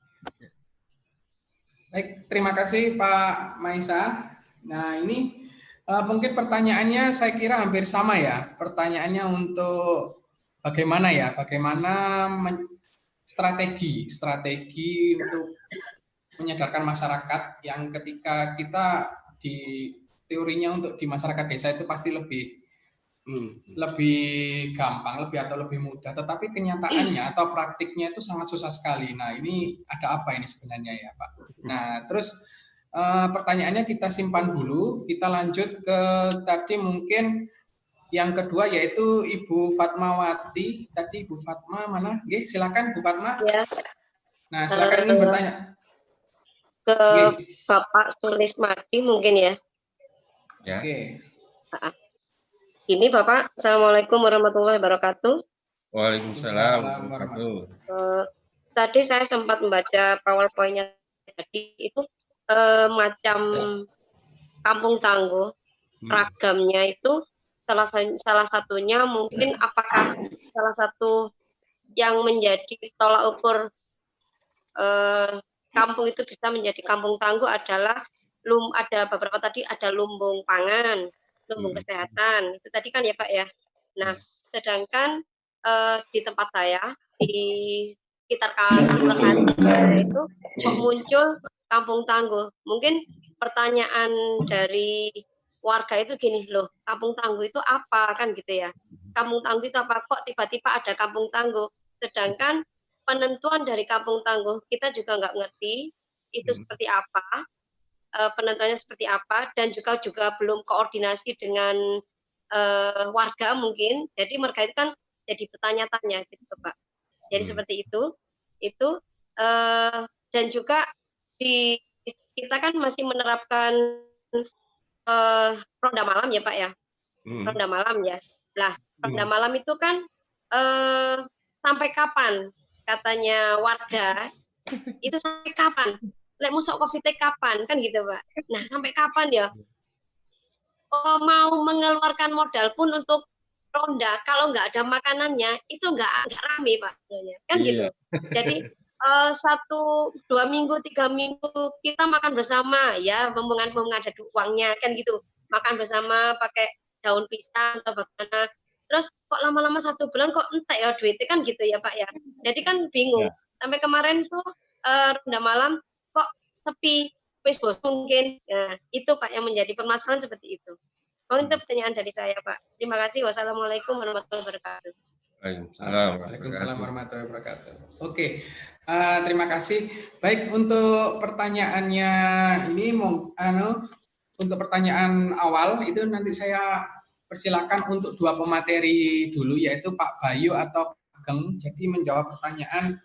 A: Baik, terima kasih Pak Maisa. Nah, ini uh, mungkin pertanyaannya saya kira hampir sama ya. Pertanyaannya untuk bagaimana ya, bagaimana strategi strategi untuk menyadarkan masyarakat yang ketika kita di teorinya untuk di masyarakat desa itu pasti lebih hmm. lebih gampang, lebih atau lebih mudah, tetapi kenyataannya atau praktiknya itu sangat susah sekali. Nah, ini ada apa ini sebenarnya ya Pak? Nah, terus uh, pertanyaannya kita simpan dulu, kita lanjut ke tadi mungkin yang kedua yaitu Ibu Fatmawati. Tadi Ibu Fatma mana? Oke, silakan Bu Fatma. Ya. Nah, silakan uh, ingin bertanya.
J: Ke Oke. Bapak Sulis Madi mungkin ya.
D: Ya.
A: Oke.
J: Ini Bapak, Assalamualaikum warahmatullahi wabarakatuh.
D: Waalaikumsalam warahmatullahi wabarakatuh.
J: Uh, tadi saya sempat membaca PowerPoint-nya tadi itu uh, macam kampung tangguh, hmm. ragamnya itu salah salah satunya mungkin apakah salah satu yang menjadi tolak ukur uh, kampung itu bisa menjadi kampung tangguh adalah Lum, ada beberapa tadi ada lumbung pangan, lumbung hmm. kesehatan, itu tadi kan ya Pak ya. Nah, sedangkan uh, di tempat saya, di sekitar kelurahan itu kok muncul kampung tangguh. Mungkin pertanyaan dari warga itu gini loh, kampung tangguh itu apa kan gitu ya. Kampung tangguh itu apa, kok tiba-tiba ada kampung tangguh. Sedangkan penentuan dari kampung tangguh kita juga nggak ngerti itu hmm. seperti apa. Penentuannya seperti apa, dan juga juga belum koordinasi dengan uh, warga mungkin, jadi mereka itu kan jadi bertanya-tanya gitu Pak. Jadi hmm. seperti itu. itu eh, dan juga di kita kan masih menerapkan eh, ronda malam ya Pak ya,
D: Hmm.
J: ronda malam ya. Lah ronda malam itu kan eh, sampai kapan katanya warga itu sampai kapan? Lek musok COVID kapan kan gitu Pak. Nah sampai kapan ya? Oh, mau mengeluarkan modal pun untuk ronda kalau nggak ada makanannya itu nggak nggak rame Pak sebenarnya kan
D: Iya.
J: gitu. Jadi eh, satu dua minggu tiga minggu kita makan bersama ya mumpung mumpung ada uangnya kan gitu, makan bersama pakai daun pisang atau bagaimana. Terus kok lama-lama satu bulan kok entek ya duitnya kan gitu ya Pak ya. Jadi kan bingung.
D: Ya.
J: Sampai kemarin tuh eh, ronda malam kok sepi, wis bos mungkin. Nah, itu Pak yang menjadi permasalahan seperti itu. Oh, itu pertanyaan dari saya, Pak. Terima kasih. Wassalamualaikum warahmatullahi wabarakatuh.
D: Waalaikumsalam.
A: Waalaikumsalam warahmatullahi wabarakatuh. Oke, uh, terima kasih. Baik, untuk pertanyaannya ini, mau, anu, untuk pertanyaan awal itu nanti saya persilakan untuk dua pemateri dulu, yaitu Pak Bayu atau Pak Ageng. Jadi menjawab pertanyaan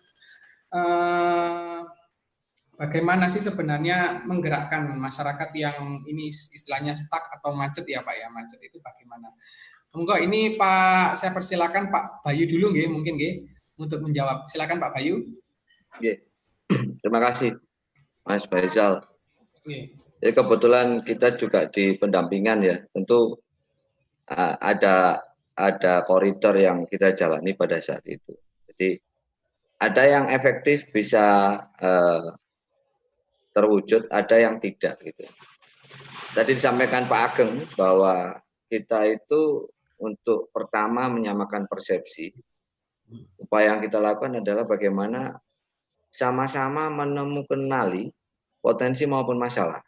A: uh, bagaimana sih sebenarnya menggerakkan masyarakat yang ini istilahnya stuck atau macet ya Pak ya, macet itu bagaimana? Enggak, ini Pak, saya persilakan Pak Bayu dulu nggih, mungkin nggih untuk menjawab. Silakan Pak Bayu.
E: Nggih. Terima kasih Mas Faisal.
A: Nggih.
E: Jadi kebetulan kita juga di pendampingan ya, tentu uh, ada ada koridor yang kita jalani pada saat itu. Jadi ada yang efektif bisa uh, terwujud, ada yang tidak gitu. Tadi disampaikan Pak Ageng bahwa kita itu untuk pertama menyamakan persepsi. Upaya yang kita lakukan adalah bagaimana sama-sama menemukan potensi maupun masalah.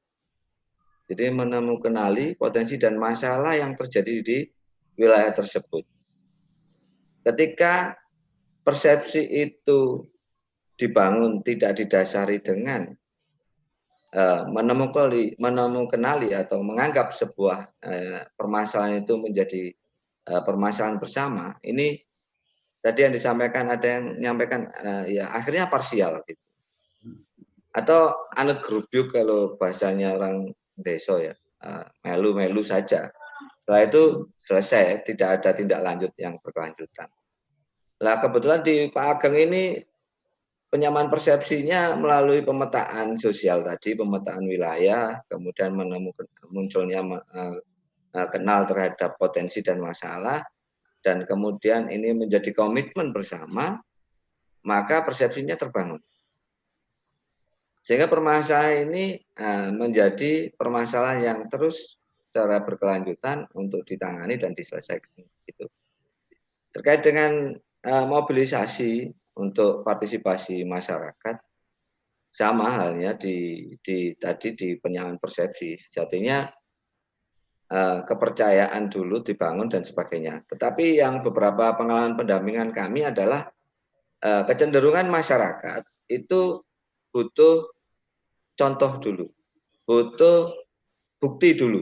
E: Jadi menemukan potensi dan masalah yang terjadi di wilayah tersebut. Ketika persepsi itu dibangun tidak didasari dengan Uh, menemukan menemukan atau menganggap sebuah uh, permasalahan itu menjadi uh, permasalahan bersama, ini tadi yang disampaikan ada yang menyampaikan uh, ya akhirnya parsial gitu, atau anut grubyuk kalau bahasanya orang desa ya, melu-melu uh, saja. Setelah itu selesai, tidak ada tindak lanjut yang berkelanjutan. Nah kebetulan di Pak Ageng ini penyamaan persepsinya melalui pemetaan sosial tadi, pemetaan wilayah, kemudian menemukan munculnya uh, uh, kenal terhadap potensi dan masalah, dan kemudian ini menjadi komitmen bersama, maka persepsinya terbangun. Sehingga permasalahan ini uh, menjadi permasalahan yang terus secara berkelanjutan untuk ditangani dan diselesaikan. Gitu. Terkait dengan uh, mobilisasi untuk partisipasi masyarakat, sama halnya di, di tadi di penyamaan persepsi. Sejatinya eh, kepercayaan dulu dibangun dan sebagainya. Tetapi yang beberapa pengalaman pendampingan kami adalah eh, kecenderungan masyarakat itu butuh contoh dulu, butuh bukti dulu.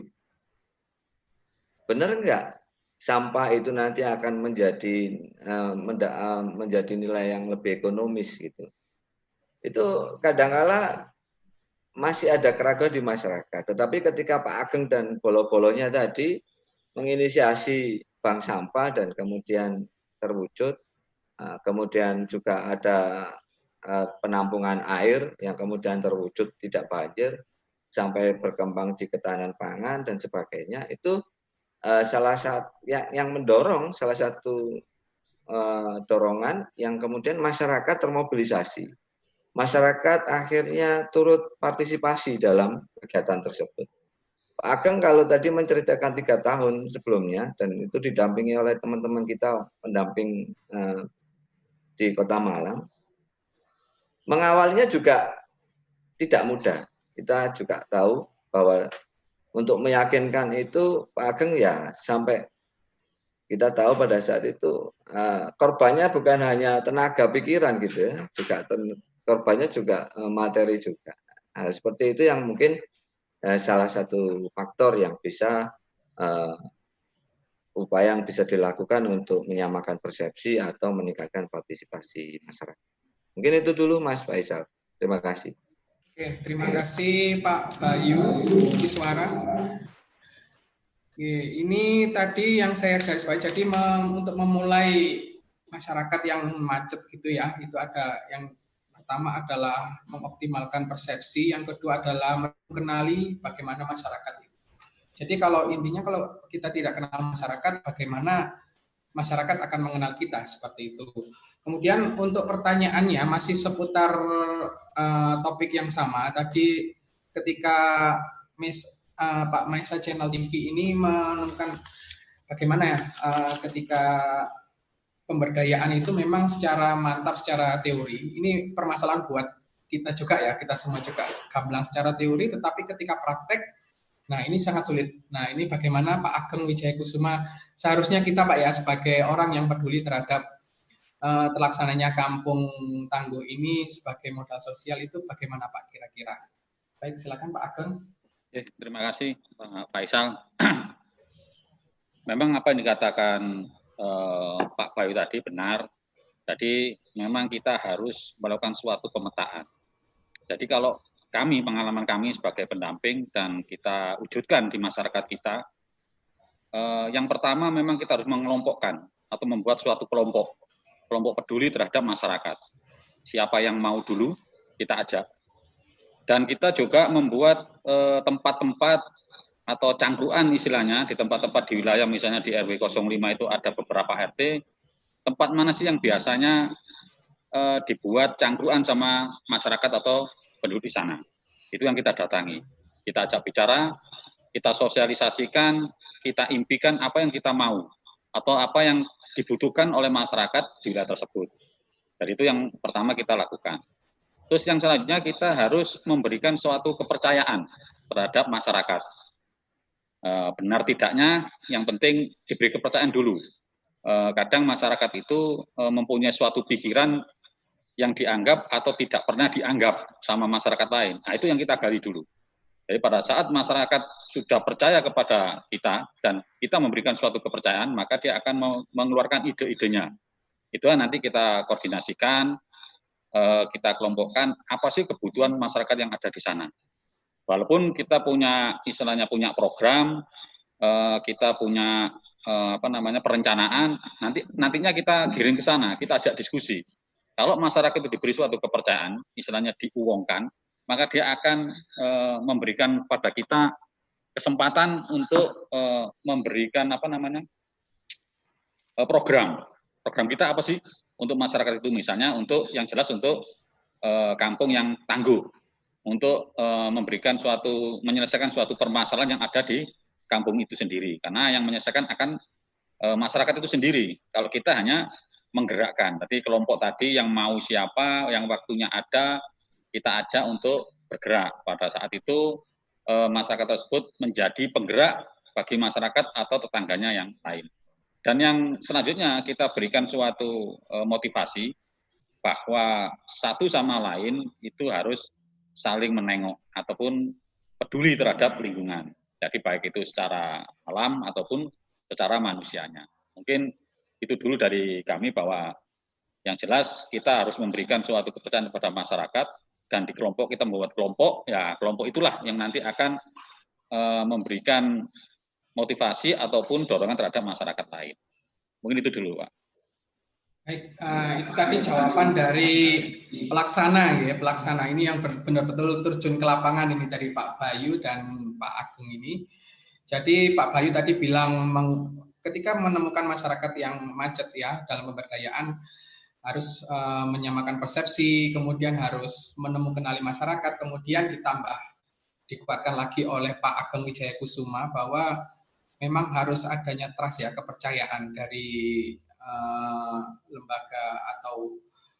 E: Benar enggak? Sampah itu nanti akan menjadi uh, menda, uh, menjadi nilai yang lebih ekonomis gitu. Itu kadang-kala masih ada keraguan di masyarakat. Tetapi ketika Pak Ageng dan bolo-bolonya tadi menginisiasi bank sampah dan kemudian terwujud, uh, kemudian juga ada uh, penampungan air yang kemudian terwujud tidak banjir, sampai berkembang di ketahanan pangan dan sebagainya, itu Uh, salah satu yang, yang mendorong salah satu uh, dorongan yang kemudian masyarakat termobilisasi, masyarakat akhirnya turut partisipasi dalam kegiatan tersebut. Pak Ageng kalau tadi menceritakan tiga tahun sebelumnya dan itu didampingi oleh teman-teman kita pendamping uh, di Kota Malang, mengawalnya juga tidak mudah. Kita juga tahu bahwa untuk meyakinkan itu Pak Ageng ya sampai kita tahu pada saat itu uh, korbannya bukan hanya tenaga pikiran gitu ya, juga ten, korbannya juga uh, materi juga. Nah, seperti itu yang mungkin uh, salah satu faktor yang bisa uh, upaya yang bisa dilakukan untuk menyamakan persepsi atau meningkatkan partisipasi masyarakat. Mungkin itu dulu Mas Faisal. Terima kasih.
A: Oke, terima kasih Pak Bayu Kiswara. Oke, ini tadi yang saya garis bawahi. Jadi mem, untuk memulai masyarakat yang macet gitu ya, itu ada yang pertama adalah mengoptimalkan persepsi, yang kedua adalah mengenali bagaimana masyarakat itu. Jadi kalau intinya kalau kita tidak kenal masyarakat, bagaimana masyarakat akan mengenal kita, seperti itu. Kemudian untuk pertanyaannya masih seputar uh, topik yang sama. Tadi ketika Miss uh, Pak Maisa Channel T V ini menemukan bagaimana ya uh, ketika pemberdayaan itu memang secara mantap secara teori. Ini permasalahan buat kita juga ya, kita semua juga gamblang secara teori, tetapi ketika praktek, nah ini sangat sulit. Nah ini bagaimana Pak Ageng Wijayakusuma, seharusnya kita Pak ya sebagai orang yang peduli terhadap uh, terlaksananya kampung tangguh ini sebagai modal sosial itu bagaimana Pak kira-kira? Baik, silakan Pak Ageng.
C: Oke, terima kasih Pak Faisal. Memang apa yang dikatakan uh, Pak Bayu tadi benar. Jadi memang kita harus melakukan suatu pemetaan. Jadi kalau kami, pengalaman kami sebagai pendamping dan kita wujudkan di masyarakat kita, eh, yang pertama memang kita harus mengelompokkan atau membuat suatu kelompok, kelompok peduli terhadap masyarakat. Siapa yang mau dulu, kita ajak. Dan kita juga membuat tempat-tempat eh, atau cangkruan istilahnya, di tempat-tempat di wilayah, misalnya di R W nol lima itu ada beberapa R T, tempat mana sih yang biasanya eh, dibuat cangkruan sama masyarakat atau penduduk di sana. Itu yang kita datangi. Kita ajak bicara, kita sosialisasikan, kita impikan apa yang kita mau atau apa yang dibutuhkan oleh masyarakat di wilayah tersebut. Dan itu yang pertama kita lakukan. Terus yang selanjutnya kita harus memberikan suatu kepercayaan terhadap masyarakat. E, benar tidaknya, yang penting diberi kepercayaan dulu. E, kadang masyarakat itu e, mempunyai suatu pikiran yang dianggap atau tidak pernah dianggap sama masyarakat lain. Nah, itu yang kita gali dulu. Jadi pada saat masyarakat sudah percaya kepada kita dan kita memberikan suatu kepercayaan, maka dia akan mengeluarkan ide-idenya. Itu nanti kita koordinasikan, kita kelompokkan apa sih kebutuhan masyarakat yang ada di sana. Walaupun kita punya istilahnya punya program, kita punya apa namanya perencanaan, nanti nantinya kita giring ke sana, kita ajak diskusi. Kalau masyarakat itu diberi suatu kepercayaan, istilahnya diuangkan, maka dia akan e, memberikan pada kita kesempatan untuk e, memberikan apa namanya e, program. Program kita apa sih untuk masyarakat itu? Misalnya untuk yang jelas untuk e, kampung yang tangguh, untuk e, memberikan suatu menyelesaikan suatu permasalahan yang ada di kampung itu sendiri. Karena yang menyelesaikan akan e, masyarakat itu sendiri. Kalau kita hanya menggerakkan. Tadi kelompok tadi yang mau siapa, yang waktunya ada, kita ajak untuk bergerak. Pada saat itu eh, masyarakat tersebut menjadi penggerak bagi masyarakat atau tetangganya yang lain. Dan yang selanjutnya kita berikan suatu eh, motivasi bahwa satu sama lain itu harus saling menengok ataupun peduli terhadap lingkungan. Jadi baik itu secara alam ataupun secara manusianya. Mungkin itu dulu dari kami, bahwa yang jelas kita harus memberikan suatu kepercayaan kepada masyarakat, dan di kelompok kita membuat kelompok, ya kelompok itulah yang nanti akan e, memberikan motivasi ataupun dorongan terhadap masyarakat lain. Mungkin itu dulu, Pak.
A: Baik, uh, itu tadi jawaban dari pelaksana, ya pelaksana ini yang benar-benar terjun ke lapangan ini dari Pak Bayu dan Pak Agung ini. Jadi Pak Bayu tadi bilang meng, ketika menemukan masyarakat yang macet ya dalam pemberdayaan, harus uh, menyamakan persepsi, kemudian harus menemukan kenali masyarakat, kemudian ditambah dikuatkan lagi oleh Pak Ageng Wijayakusuma bahwa memang harus adanya trust ya, kepercayaan dari uh, lembaga atau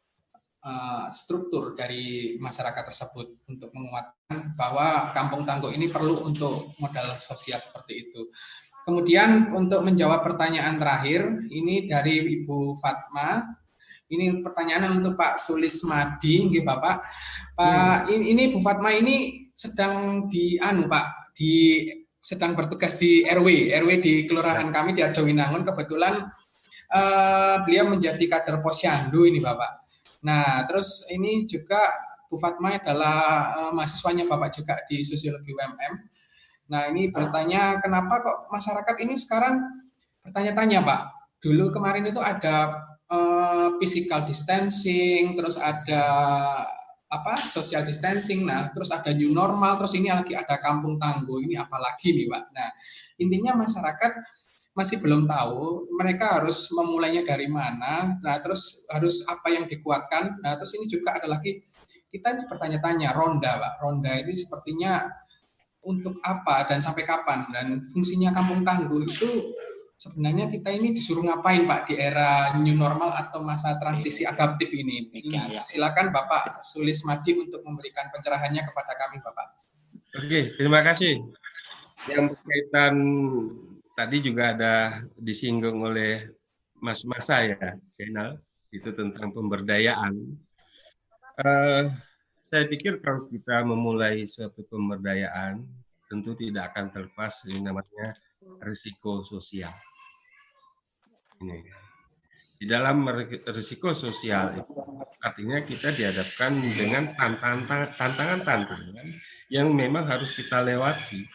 A: uh, struktur dari masyarakat tersebut untuk menguatkan bahwa kampung tangguh ini perlu untuk modal sosial seperti itu. Kemudian untuk menjawab pertanyaan terakhir, ini dari Ibu Fatma. Ini pertanyaan untuk Pak Sulismadi, nggih Bapak. Pak, hmm. ini Bu Fatma ini sedang di anu Pak, di sedang bertugas di R W, R W di kelurahan kami di Arjowinangun. Kebetulan uh, beliau menjadi kader Posyandu ini Bapak. Nah, terus ini juga Bu Fatma adalah uh, mahasiswanya Bapak juga di Sosiologi U M M. Nah, ini bertanya kenapa kok masyarakat ini sekarang bertanya-tanya, Pak. Dulu kemarin itu ada uh, physical distancing, terus ada apa social distancing, nah terus ada new normal, terus ini lagi ada kampung tangguh, ini apalagi nih Pak. Nah, intinya masyarakat masih belum tahu mereka harus memulainya dari mana, nah terus harus apa yang dikuatkan. Nah, terus ini juga ada lagi kita bertanya-tanya ronda, Pak. Ronda ini sepertinya untuk apa dan sampai kapan, dan fungsinya kampung tangguh itu sebenarnya kita ini disuruh ngapain Pak di era new normal atau masa transisi adaptif ini? Ini silakan Bapak Sulismadi untuk memberikan pencerahannya kepada kami Bapak.
D: Oke, terima kasih. Yang berkaitan tadi juga ada disinggung oleh Mas Masa ya, channel itu tentang pemberdayaan. Uh, saya pikir kalau kita memulai suatu pemberdayaan, tentu tidak akan terlepas yang namanya risiko sosial. Ini. Di dalam risiko sosial itu artinya kita dihadapkan dengan tantangan-tantangan yang memang harus kita lewati.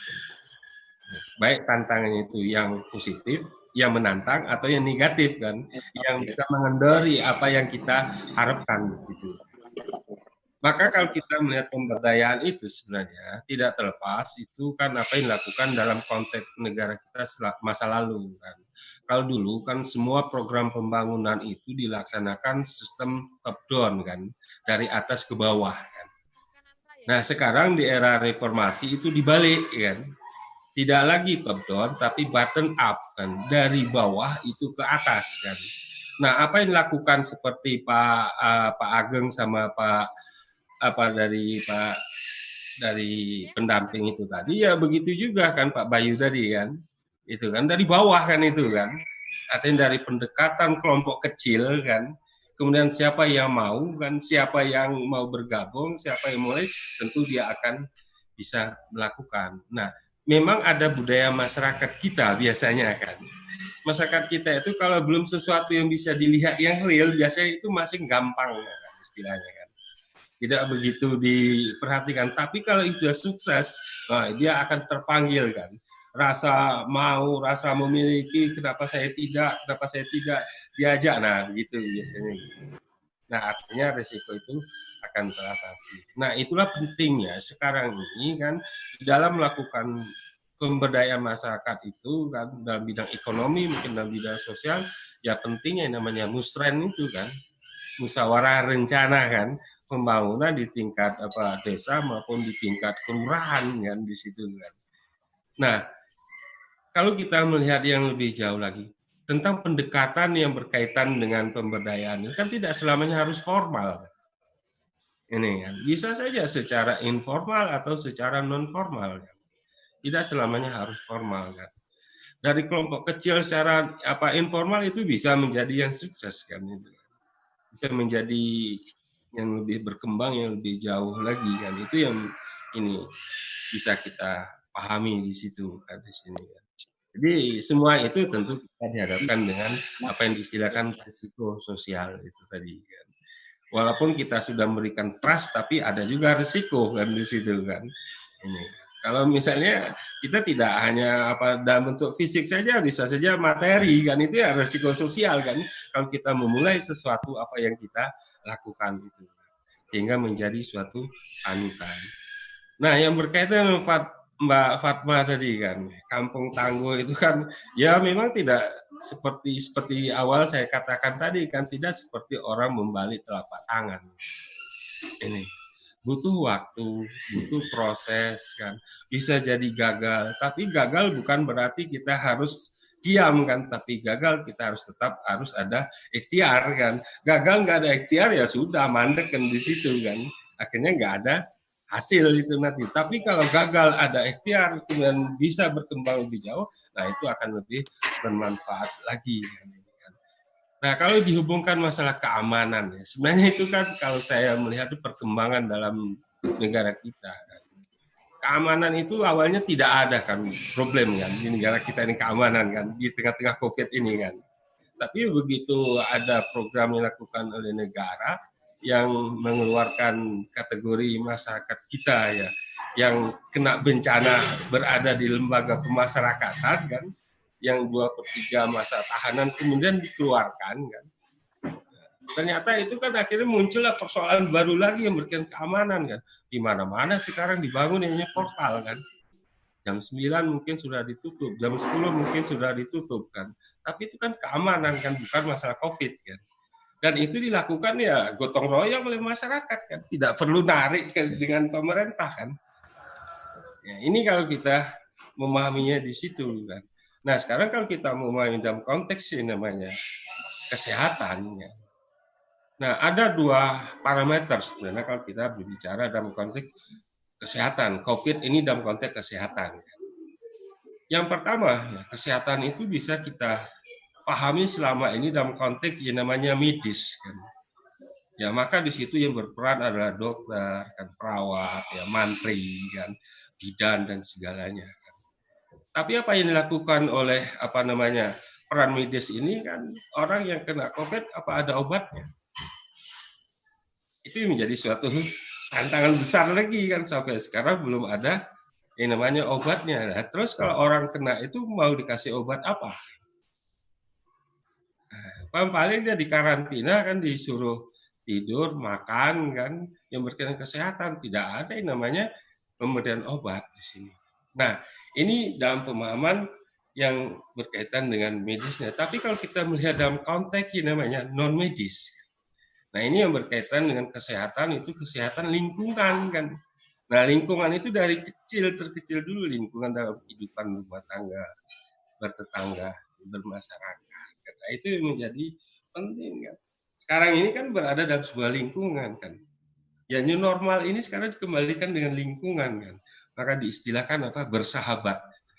D: Baik tantangannya itu yang positif, yang menantang, atau yang negatif kan, yang bisa mengendori apa yang kita harapkan gitu. Maka kalau kita melihat pemberdayaan itu sebenarnya tidak terlepas itu kan apa yang dilakukan dalam konteks negara kita masa lalu kan. Kalau dulu kan semua program pembangunan itu dilaksanakan sistem top down kan, dari atas ke bawah kan. Nah, sekarang di era reformasi itu dibalik kan. Tidak lagi top down tapi bottom up kan, dari bawah itu ke atas kan. Nah, apa yang dilakukan seperti Pak uh, Pak Ageng sama Pak apa dari Pak dari pendamping itu tadi ya begitu juga kan Pak Bayu tadi kan, itu kan dari bawah kan, itu kan artinya dari pendekatan kelompok kecil kan, kemudian siapa yang mau kan, siapa yang mau bergabung, siapa yang mulai, tentu dia akan bisa melakukan. Nah, memang ada budaya masyarakat kita biasanya kan, masyarakat kita itu kalau belum sesuatu yang bisa dilihat yang real biasanya itu masih gampang kan, istilahnya kan, tidak begitu diperhatikan. Tapi kalau itu sudah sukses, nah, dia akan terpanggil kan. Rasa mau, rasa memiliki, kenapa saya tidak, kenapa saya tidak diajak, nah gitu biasanya. Nah, artinya resiko itu akan teratasi. Nah, itulah pentingnya sekarang ini kan dalam melakukan pemberdayaan masyarakat itu kan dalam bidang ekonomi, mungkin dalam bidang sosial, ya pentingnya yang namanya musren itu kan, musyawarah rencana kan, pembangunan di tingkat apa desa maupun di tingkat kelurahan kan di situ kan. Nah, kalau kita melihat yang lebih jauh lagi tentang pendekatan yang berkaitan dengan pemberdayaan, kan tidak selamanya harus formal. Ini kan bisa saja secara informal atau secara non formal kan. Tidak selamanya harus formal kan. Dari kelompok kecil secara apa informal itu bisa menjadi yang sukses kan, itu bisa menjadi yang lebih berkembang, yang lebih jauh lagi kan, itu yang ini bisa kita pahami di situ kan di sini kan. Jadi semua itu tentu kita dihadapkan dengan apa yang diistilahkan risiko sosial itu tadi kan. Walaupun kita sudah memberikan trust, tapi ada juga risiko kan di situ kan. Ini kalau misalnya kita tidak hanya apa dalam bentuk fisik saja, bisa saja materi kan, itu ya risiko sosial kan. Kalau kita memulai sesuatu apa yang kita lakukan itu sehingga menjadi suatu panutan. Nah, yang berkaitan dengan Fat, Mbak Fatma tadi kan, kampung tangguh itu kan ya memang tidak seperti seperti awal saya katakan tadi kan, tidak seperti orang membalik telapak tangan. Ini butuh waktu, butuh proses kan. Bisa jadi gagal, tapi gagal bukan berarti kita harus diam kan, tapi gagal kita harus tetap harus ada ikhtiar kan. Gagal nggak ada ikhtiar ya sudah mandek kan di situ kan, akhirnya nggak ada hasil itu nanti. Tapi kalau gagal ada ikhtiar kemudian bisa berkembang lebih jauh, nah itu akan lebih bermanfaat lagi kan. Nah, kalau dihubungkan masalah keamanan ya, sebenarnya itu kan kalau saya melihat perkembangan dalam negara kita kan, keamanan itu awalnya tidak ada kan problem kan di negara kita ini, keamanan kan di tengah-tengah COVID ini kan. Tapi begitu ada program yang dilakukan oleh negara, yang mengeluarkan kategori masyarakat kita ya, yang kena bencana berada di lembaga pemasyarakatan kan, yang dua per tiga masa tahanan kemudian dikeluarkan kan. Ternyata itu kan akhirnya muncullah persoalan baru lagi yang berkaitan keamanan kan. Di mana-mana sekarang dibangun yang portal kan. Jam sembilan mungkin sudah ditutup, jam sepuluh mungkin sudah ditutup kan. Tapi itu kan keamanan kan, bukan masalah Covid kan. Dan itu dilakukan ya gotong royong oleh masyarakat kan, tidak perlu narik ke, dengan pemerintah kan. Ya, ini kalau kita memahaminya di situ kan. Nah sekarang kalau kita memahami dalam konteks ini namanya kesehatan. Ya. Nah ada dua parameter sebenarnya kalau kita berbicara dalam konteks kesehatan. Covid ini dalam konteks kesehatan. Yang pertama, ya, kesehatan itu bisa kita pahami selama ini dalam konteks yang namanya medis. Kan. Ya maka di situ yang berperan adalah dokter, kan, perawat, ya, mantri, kan, bidan dan segalanya. Kan. Tapi apa yang dilakukan oleh apa namanya peran medis ini kan orang yang kena COVID apa ada obatnya? Itu menjadi suatu tantangan besar lagi kan sampai sekarang belum ada yang namanya obatnya. Nah, terus kalau orang kena itu mau dikasih obat apa? Nah, paling dia di karantina kan disuruh tidur, makan kan, yang berkaitan kesehatan tidak ada yang namanya pemberian obat di sini. Nah, ini dalam pemahaman yang berkaitan dengan medisnya. Tapi kalau kita melihat dalam konteks yang namanya non medis. Nah ini yang berkaitan dengan kesehatan itu kesehatan lingkungan kan. Nah lingkungan itu dari kecil terkecil dulu lingkungan dalam kehidupan rumah tangga, bertetangga, bermasyarakat. Nah, itu yang menjadi penting kan. Sekarang ini kan berada dalam sebuah lingkungan kan. Ya new normal ini sekarang dikembalikan dengan lingkungan kan. Maka diistilahkan apa bersahabat.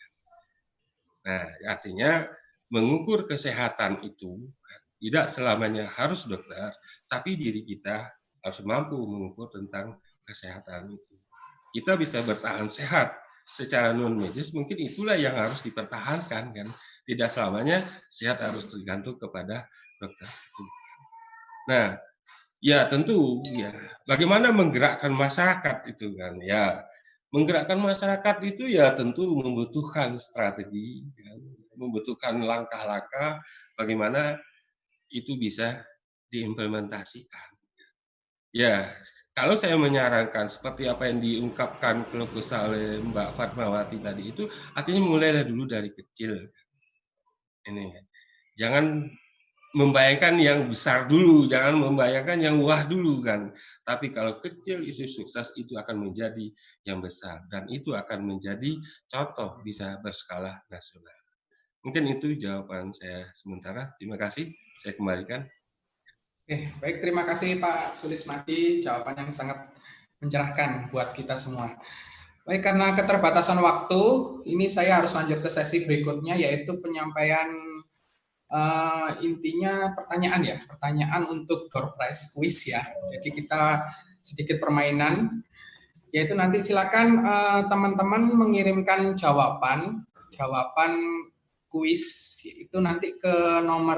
D: Nah artinya mengukur kesehatan itu tidak selamanya harus dokter, tapi diri kita harus mampu mengukur tentang kesehatan itu. Kita bisa bertahan sehat secara non medis, mungkin itulah yang harus dipertahankan kan. Tidak selamanya sehat harus tergantung kepada dokter itu. Nah, ya tentu ya bagaimana menggerakkan masyarakat itu kan. Ya, menggerakkan masyarakat itu ya tentu membutuhkan strategi, kan? Membutuhkan langkah-langkah bagaimana itu bisa diimplementasikan. Ya, kalau saya menyarankan seperti apa yang diungkapkan keluh kesah oleh Mbak Fatmawati tadi itu, artinya mulailah dulu dari kecil. Ini, jangan membayangkan yang besar dulu, jangan membayangkan yang wah dulu kan. Tapi kalau kecil itu sukses, itu akan menjadi yang besar dan itu akan menjadi contoh bisa berskala nasional. Mungkin itu jawaban saya sementara. Terima kasih. Saya kembalikan.
A: Oke, baik, terima kasih Pak Sulismadi, jawaban yang sangat mencerahkan buat kita semua. Baik, karena keterbatasan waktu, ini saya harus lanjut ke sesi berikutnya, yaitu penyampaian uh, intinya pertanyaan ya, pertanyaan untuk door prize quiz ya. Jadi kita sedikit permainan, yaitu nanti silakan teman-teman uh, mengirimkan jawaban, jawaban kuis itu nanti ke nomor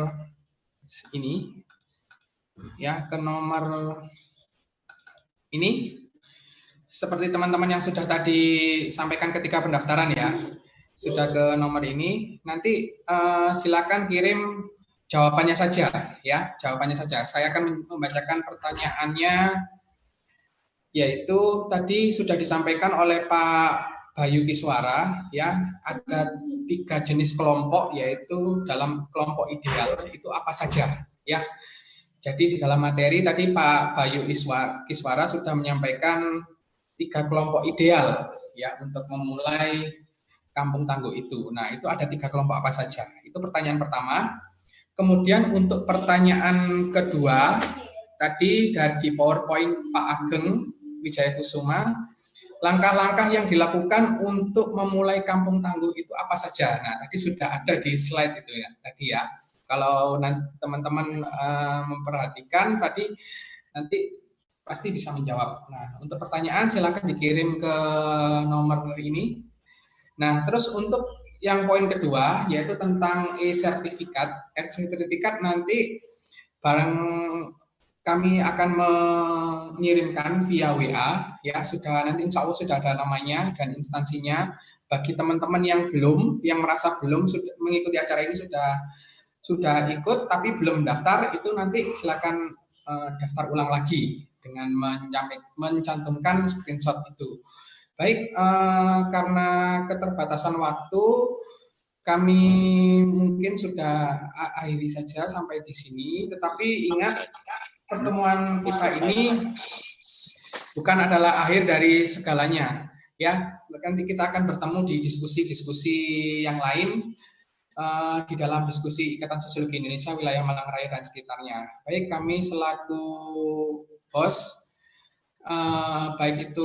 A: ini ya, ke nomor ini seperti teman-teman yang sudah tadi sampaikan ketika pendaftaran ya, sudah ke nomor ini. Nanti uh, silakan kirim jawabannya saja ya, jawabannya saja. Saya akan membacakan pertanyaannya, yaitu tadi sudah disampaikan oleh Pak Bayu Kiswara ya, ada tiga jenis kelompok, yaitu dalam kelompok ideal itu apa saja ya. Jadi di dalam materi tadi Pak Bayu Kiswara sudah menyampaikan tiga kelompok ideal ya untuk memulai kampung tangguh itu. Nah, itu ada tiga kelompok apa saja? Itu pertanyaan pertama. Kemudian untuk pertanyaan kedua tadi dari PowerPoint Pak Ageng Wijaya Kusuma, langkah-langkah yang dilakukan untuk memulai kampung tangguh itu apa saja? Nah, tadi sudah ada di slide itu ya, tadi ya. Kalau teman-teman uh, memperhatikan tadi, nanti pasti bisa menjawab. Nah, untuk pertanyaan silakan dikirim ke nomor ini. Nah, terus untuk yang poin kedua, yaitu tentang e-sertifikat. E-sertifikat nanti barang kami akan mengirimkan via W A, ya sudah nanti insya Allah sudah ada namanya dan instansinya. Bagi teman-teman yang belum, yang merasa belum sudah mengikuti acara ini sudah sudah ikut tapi belum daftar, itu nanti silakan uh, daftar ulang lagi dengan mencantumkan screenshot itu. Baik, uh, karena keterbatasan waktu, kami mungkin sudah akhiri saja sampai di sini. Tetapi ingat, pertemuan kita ini bukan adalah akhir dari segalanya. Ya, nanti kita akan bertemu di diskusi-diskusi yang lain uh, di dalam diskusi Ikatan Sosiologi Indonesia Wilayah Malang Raya dan sekitarnya. Baik, kami selaku host, uh, baik itu